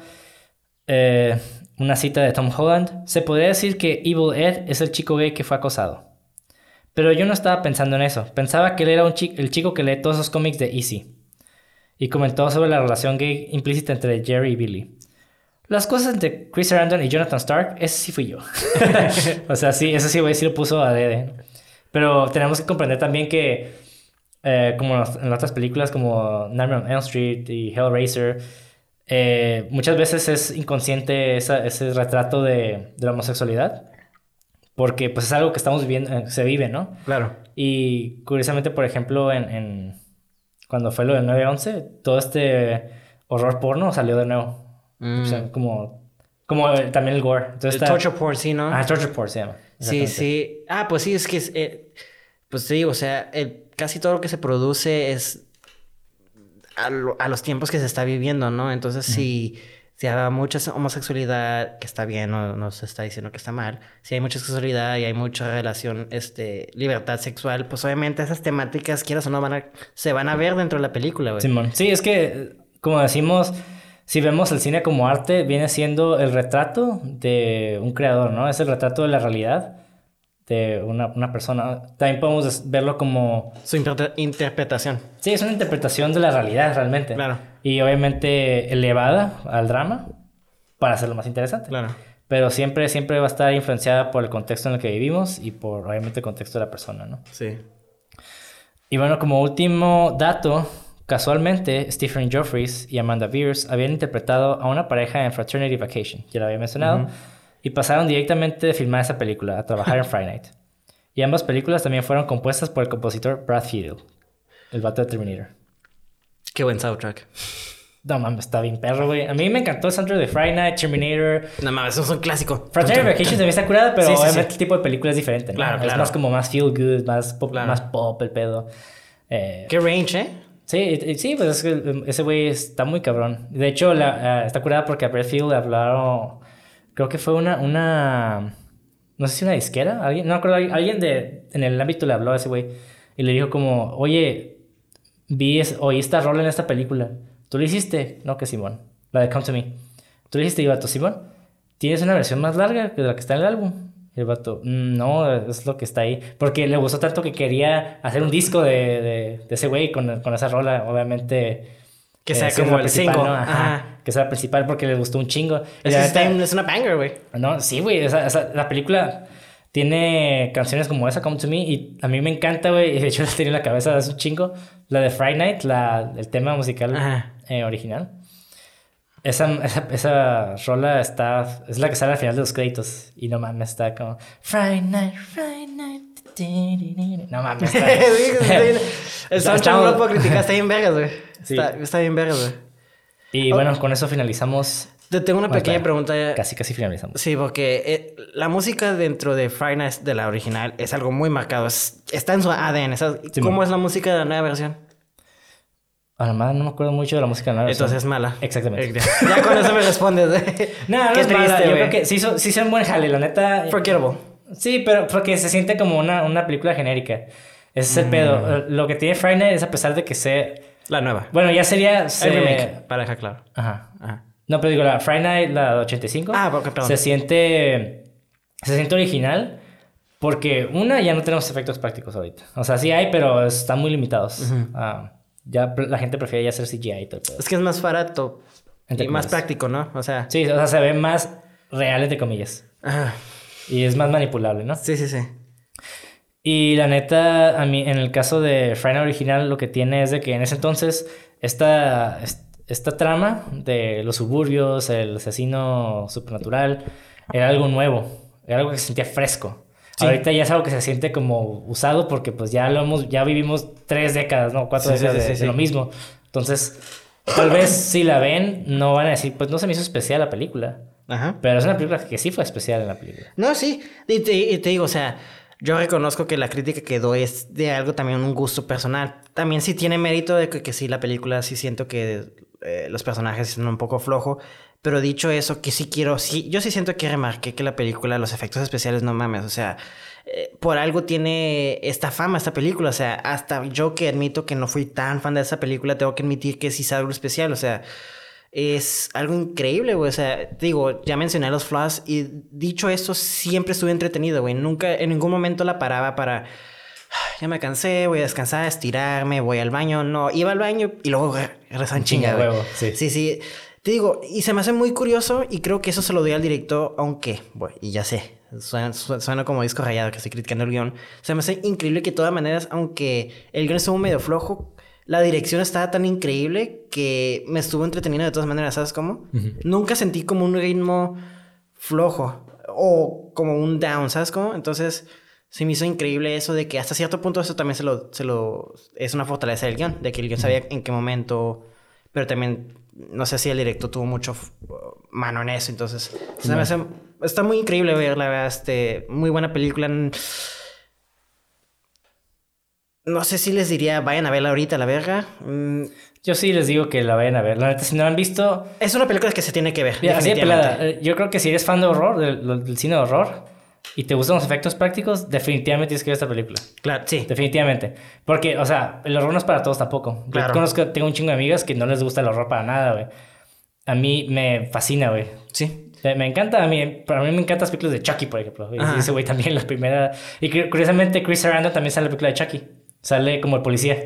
Una cita de Tom Holland. Se podría decir que Evil Ed es el chico gay que fue acosado. Pero yo no estaba pensando en eso. Pensaba que él era el chico que lee todos esos cómics de Easy. Y comentó sobre la relación gay implícita entre Jerry y Billy. Las cosas entre Chris Sarandon y Jonathan Stark, ese sí fui yo. O sea, sí, eso sí, güey, sí lo puso a Dede. Pero tenemos que comprender también que, como en otras películas como Nightmare on Elm Street y Hellraiser, muchas veces es inconsciente ese retrato de la homosexualidad. Porque pues es algo que estamos viviendo, se vive, ¿no? Claro. Y curiosamente, por ejemplo, cuando fue lo del 9/11, todo este horror porno salió de nuevo. O sea, como también el gore. Entonces El torture porn, sí, ¿no? Torture porn se llama. Sí, sí. Ah, pues sí, es que... pues te digo, o sea, casi todo lo que se produce es a los tiempos que se está viviendo, ¿no? Entonces, si hay mucha homosexualidad, que está bien, no se está diciendo que está mal. Si hay mucha sexualidad y hay mucha relación, libertad sexual, pues obviamente esas temáticas, quieras o no, se van a ver dentro de la película, güey. Simón. Sí, es que, como decimos, si vemos el cine como arte, viene siendo el retrato de un creador, ¿no? Es el retrato de la realidad de una persona. También podemos verlo como... Su interpretación. Sí, es una interpretación de la realidad, realmente. Claro. Y obviamente elevada al drama para hacerlo más interesante. Claro. Pero siempre va a estar influenciada por el contexto en el que vivimos y por, obviamente, el contexto de la persona, ¿no? Sí. Y bueno, como último dato, casualmente, Stephen Geoffreys y Amanda Beers habían interpretado a una pareja en Fraternity Vacation, ya lo había mencionado, y pasaron directamente de filmar esa película a trabajar en Friday Night. Y ambas películas también fueron compuestas por el compositor Brad Fiedel, el vato de Terminator. Qué buen soundtrack. No mames, está bien perro, güey. A mí me encantó el soundtrack de Friday Night, Terminator. No mames, eso es un clásico. Fraternity Vacation también está curada, pero Sí, obviamente el tipo de película es diferente, ¿no? Claro, Es claro. más como más feel good, más pop, Claro. más pop el pedo. Qué range, ¿eh? Sí, pues es que ese güey está muy cabrón. De hecho, está curada porque a Brad Fiedel le hablaron creo que fue no sé si una disquera, alguien, no me acuerdo, alguien en el ámbito le habló a ese güey y le dijo como, oye, oí esta rola en esta película, ¿tú lo hiciste? No, que Simón, la de Come to Me. ¿Tú le hiciste? Y el vato, Simón, ¿tienes una versión más larga que la que está en el álbum? Y el vato, no, es lo que está ahí. Porque le gustó tanto que quería hacer un disco de ese güey con esa rola, obviamente. Que sea como el single. ¿no? Ajá. Que sea la principal porque le gustó un chingo. Es una banger, güey. No, sí, güey. La película tiene canciones como esa, Come to Me, y a mí me encanta, güey. Y de hecho la tenía en la cabeza hace un chingo. La de Friday Night, el tema musical original. Esa rola es la que sale al final de los créditos. Y no mames, está como Friday Night. No mames, el soundtrack no lo puedo criticar, está bien vergas, güey. Sí. Está bien vergas, güey. Y bueno, con eso finalizamos. Te tengo una pequeña pregunta. Casi finalizamos. Sí, porque la música dentro de Friday Night de la original es algo muy marcado. Está en su ADN. Sí, ¿Cómo es la música de la nueva versión? Además, no me acuerdo mucho de la música de la nueva versión. Entonces es mala. Exactamente. Ya con eso me respondes. No es mala. Yo creo que sí hizo un buen jale, la neta. Forgettable. Sí, pero porque se siente como una película genérica. Ese es el pedo. Lo que tiene Friday Night es, a pesar de que sea la nueva. Bueno, ya sería el remake, para dejar claro. Ajá. No, pero digo, la Friday Night, la de 85. Porque perdón. Se siente original porque ya no tenemos efectos prácticos ahorita. O sea, sí hay, pero están muy limitados. Ya la gente prefiere ya hacer CGI y todo. Es que es más barato y más práctico, ¿no? O sea... Sí, o sea, se ve más real, entre comillas. Y es más manipulable, ¿no? Sí. Y la neta, a mí, en el caso de Friday Night original, lo que tiene es de que en ese entonces esta trama de los suburbios, el asesino supernatural, era algo nuevo. Era algo que se sentía fresco. Sí. Ahorita ya es algo que se siente como usado porque pues ya vivimos 3 décadas, ¿no? 4 décadas de lo mismo. Entonces, tal vez si la ven, no van a decir, pues no se me hizo especial la película. Ajá. Pero es una película que sí fue especial en la película. No, sí. Y te digo, o sea, yo reconozco que la crítica que doy es de algo también un gusto personal. También sí tiene mérito de que sí, la película sí siento que los personajes son un poco flojos. Pero dicho eso, que yo sí siento que remarqué que la película, los efectos especiales, no mames, o sea, por algo tiene esta fama esta película, o sea, hasta yo que admito que no fui tan fan de esa película, tengo que admitir que sí es algo especial, o sea, es algo increíble, güey, o sea, digo, ya mencioné los flaws y dicho esto, siempre estuve entretenido, güey, nunca, en ningún momento la paraba para... Ya me cansé, voy a descansar, estirarme, voy al baño, no, iba al baño y luego regresaba en chinga, güey. Sí. Te digo, y se me hace muy curioso y creo que eso se lo doy al director, aunque, bueno, y ya sé, suena como disco rayado que estoy criticando el guión. Se me hace increíble que de todas maneras, aunque el guión estuvo medio flojo, la dirección estaba tan increíble que me estuvo entreteniendo de todas maneras, ¿sabes cómo? Nunca sentí como un ritmo flojo o como un down, ¿sabes cómo? Entonces, se me hizo increíble eso de que hasta cierto punto eso también es una fortaleza del guión, de que el guión sabía en qué momento, pero también... No sé si el director tuvo mucho mano en eso, entonces... Se me hace, está muy increíble verla, ¿verdad? Muy buena película. No sé si les diría, vayan a verla ahorita, la verga. Yo sí les digo que la vayan a ver. La neta, si no la han visto... Es una película que se tiene que ver, así de pelada. Yo creo que si eres fan de horror, del cine de horror... y te gustan los efectos prácticos, definitivamente tienes que ver esta película. Claro, sí. Definitivamente. Porque, o sea, el horror no es para todos tampoco. Claro. Tengo un chingo de amigas que no les gusta el horror para nada, güey. A mí me fascina, güey. Sí. Me encanta, para mí me encantan las películas de Chucky, por ejemplo. Y ese güey también, la primera... Y curiosamente, Chris Sarandon también sale en la película de Chucky. Sale como el policía.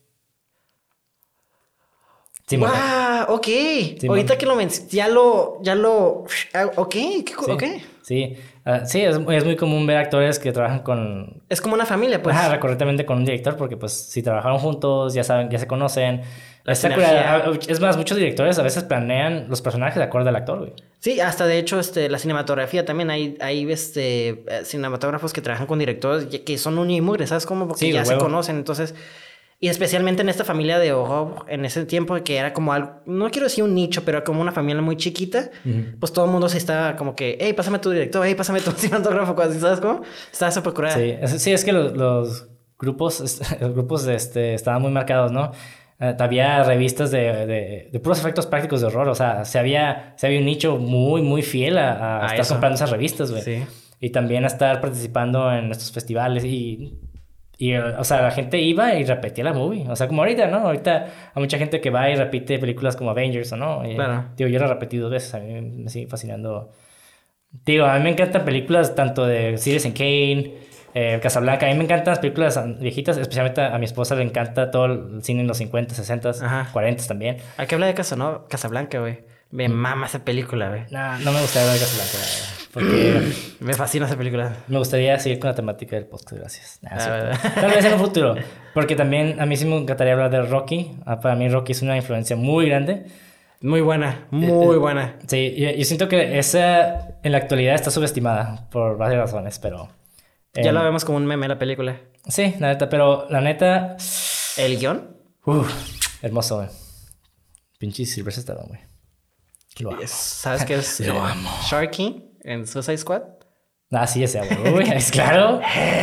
Sí, ¡wow! Ok. Sí, ahorita que lo mencioné, ok. Sí. Sí, es muy común ver actores que trabajan con... Es como una familia, pues. Recurrentemente con un director, porque pues si trabajaron juntos, ya saben, ya se conocen. Es más, muchos directores a veces planean los personajes de acuerdo al actor, güey. Sí, hasta de hecho, la cinematografía también. Hay cinematógrafos que trabajan con directores que son uña y mugre, ¿sabes cómo? Porque ya se conocen, entonces... Y especialmente en esta familia de horror, en ese tiempo que era como algo, no quiero decir un nicho, pero como una familia muy chiquita, pues todo el mundo se estaba como que, hey, pásame tu director, hey, pásame tu cinematógrafo, ¿sabes cómo? Estaba súper curada. Sí, es que los grupos estaban muy marcados, ¿no? Había revistas de puros efectos prácticos de horror. O sea, se había un nicho muy, muy fiel a estar comprando esas revistas, güey. Sí. Y también a estar participando en estos festivales y, o sea, la gente iba y repetía la movie. O sea, como ahorita, ¿no? Ahorita hay mucha gente que va y repite películas como Avengers, ¿o no? Claro. Digo, yo la repetí 2 veces. A mí me sigue fascinando. Digo, a mí me encantan películas tanto de Citizen Kane, Casablanca. A mí me encantan las películas viejitas. Especialmente a mi esposa le encanta todo el cine en los 50, 60, Ajá. 40 también. Hay que hablar de Casablanca, güey. Me mama esa película, güey. No me gustaría ver Casablanca, la verdad. Porque me fascina esa película. Me gustaría seguir con la temática del podcast, gracias. Tal vez en un futuro. Porque también a mí sí me encantaría hablar de Rocky. Para mí Rocky es una influencia muy grande. Muy buena, muy buena. Sí, yo siento que esa en la actualidad está subestimada por varias razones, pero... ya la vemos como un meme la película. Sí, la neta, pero la neta... ¿El guión? Hermoso, güey. Pinche Sylvester Stallone, güey. Lo amo. ¿Sabes qué es? Lo amo. Sharky en Suicide Squad. Ah, sí, ese, güey. Es claro.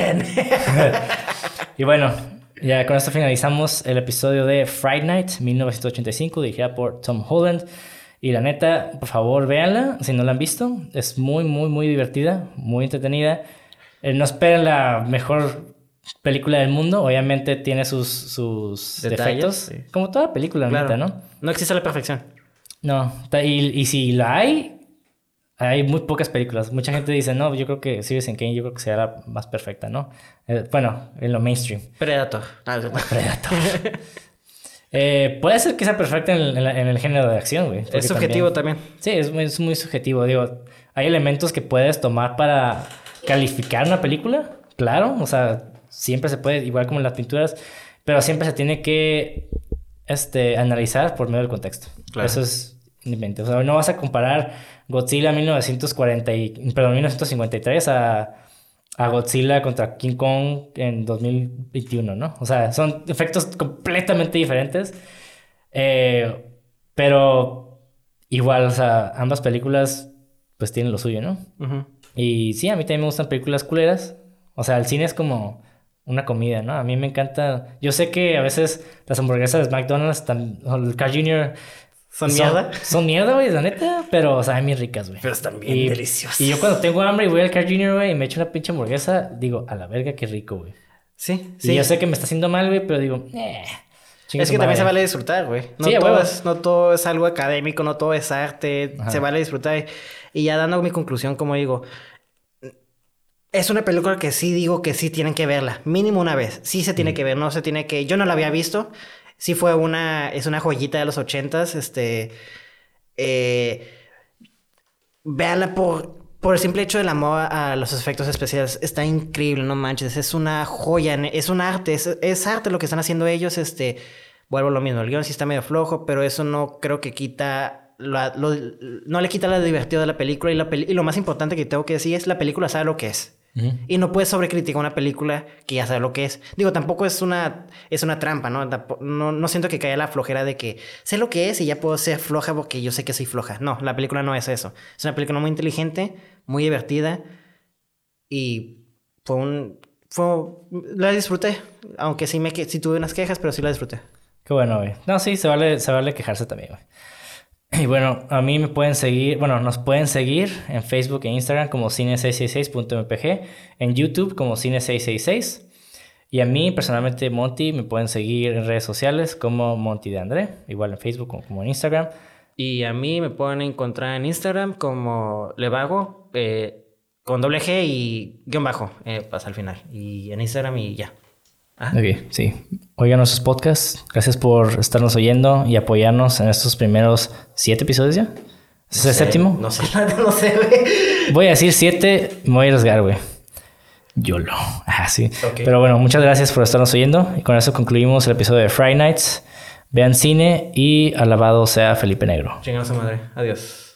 Y bueno, ya con esto finalizamos el episodio de Fright Night 1985, dirigida por Tom Holland. Y la neta, por favor, véanla si no la han visto. Es muy, muy, muy divertida, muy entretenida. No esperen la mejor película del mundo. Obviamente tiene sus defectos. Sí. Como toda película, claro. Neta, ¿no? No existe la perfección. No. Y si la hay muy pocas películas. Mucha gente dice, no, yo creo que Citizen Kane, yo creo que será la más perfecta, ¿no? Bueno, en lo mainstream. Predator. Predator. Puede ser que sea perfecta en el género de acción, güey. Es subjetivo también. Sí, es muy subjetivo. Digo, hay elementos que puedes tomar para calificar una película, claro. O sea, siempre se puede, igual como en las pinturas, pero siempre se tiene que analizar por medio del contexto. Claro. Eso es independiente. O sea, no vas a comparar Godzilla 1953 a Godzilla contra King Kong en 2021, ¿no? O sea, son efectos completamente diferentes. Pero igual, o sea, ambas películas pues tienen lo suyo, ¿no? Uh-huh. Y sí, a mí también me gustan películas culeras. O sea, el cine es como una comida, ¿no? A mí me encanta... Yo sé que a veces las hamburguesas de McDonald's o el Carl Jr. ¿Son mierda? Son mierda, güey, la neta. Pero, o sea, son bien ricas, güey. Pero están bien deliciosas. Y yo cuando tengo hambre y voy al Carl Jr., güey, y me echo una pinche hamburguesa, digo, a la verga, qué rico, güey. Sí, y yo sé que me está haciendo mal, güey, pero digo, es que también se vale disfrutar, güey. No, sí, no todo es algo académico, no todo es arte. Ajá. Se vale disfrutar. Y ya dando mi conclusión, como digo... Es una película que sí digo que sí tienen que verla. Mínimo una vez. Sí se tiene que ver, no se tiene que... Yo no la había visto. Sí fue es una joyita de los 80s. Véanla por el simple hecho del amor a los efectos especiales. Está increíble, no manches. Es una joya, es un arte. Es arte lo que están haciendo ellos. Vuelvo a lo mismo. El guión sí está medio flojo, pero eso no creo que quita... no le quita la divertido de la película. Y lo más importante que tengo que decir es la película sabe lo que es. Uh-huh. Y no puedes sobrecriticar una película que ya sabe lo que es. Digo, tampoco es una trampa, ¿no? No siento que caiga la flojera de que sé lo que es y ya puedo ser floja porque yo sé que soy floja. No, la película no es eso. Es una película muy inteligente, muy divertida. Y la disfruté. Aunque sí tuve unas quejas, pero sí la disfruté. Qué bueno, güey. No, sí, se vale quejarse también, güey. Y bueno, a mí nos pueden seguir en Facebook e Instagram como cine666.mpg, en YouTube como cine666. Y a mí, personalmente, Monty, me pueden seguir en redes sociales como Monty de André, igual en Facebook como en Instagram. Y a mí me pueden encontrar en Instagram como Levago, con doble G y guión bajo, pasa al final. Y en Instagram y ya. Ok, sí. Oigan nuestros podcasts. Gracias por estarnos oyendo y apoyarnos en estos primeros 7 episodios ya. ¿Es el séptimo? No sé, güey. Voy a decir 7, me voy a arriesgar, güey. YOLO. Sí. Okay. Pero bueno, muchas gracias por estarnos oyendo. Y con eso concluimos el episodio de Friday Nights. Vean cine y alabado sea Felipe Negro. Chingados a madre. Adiós.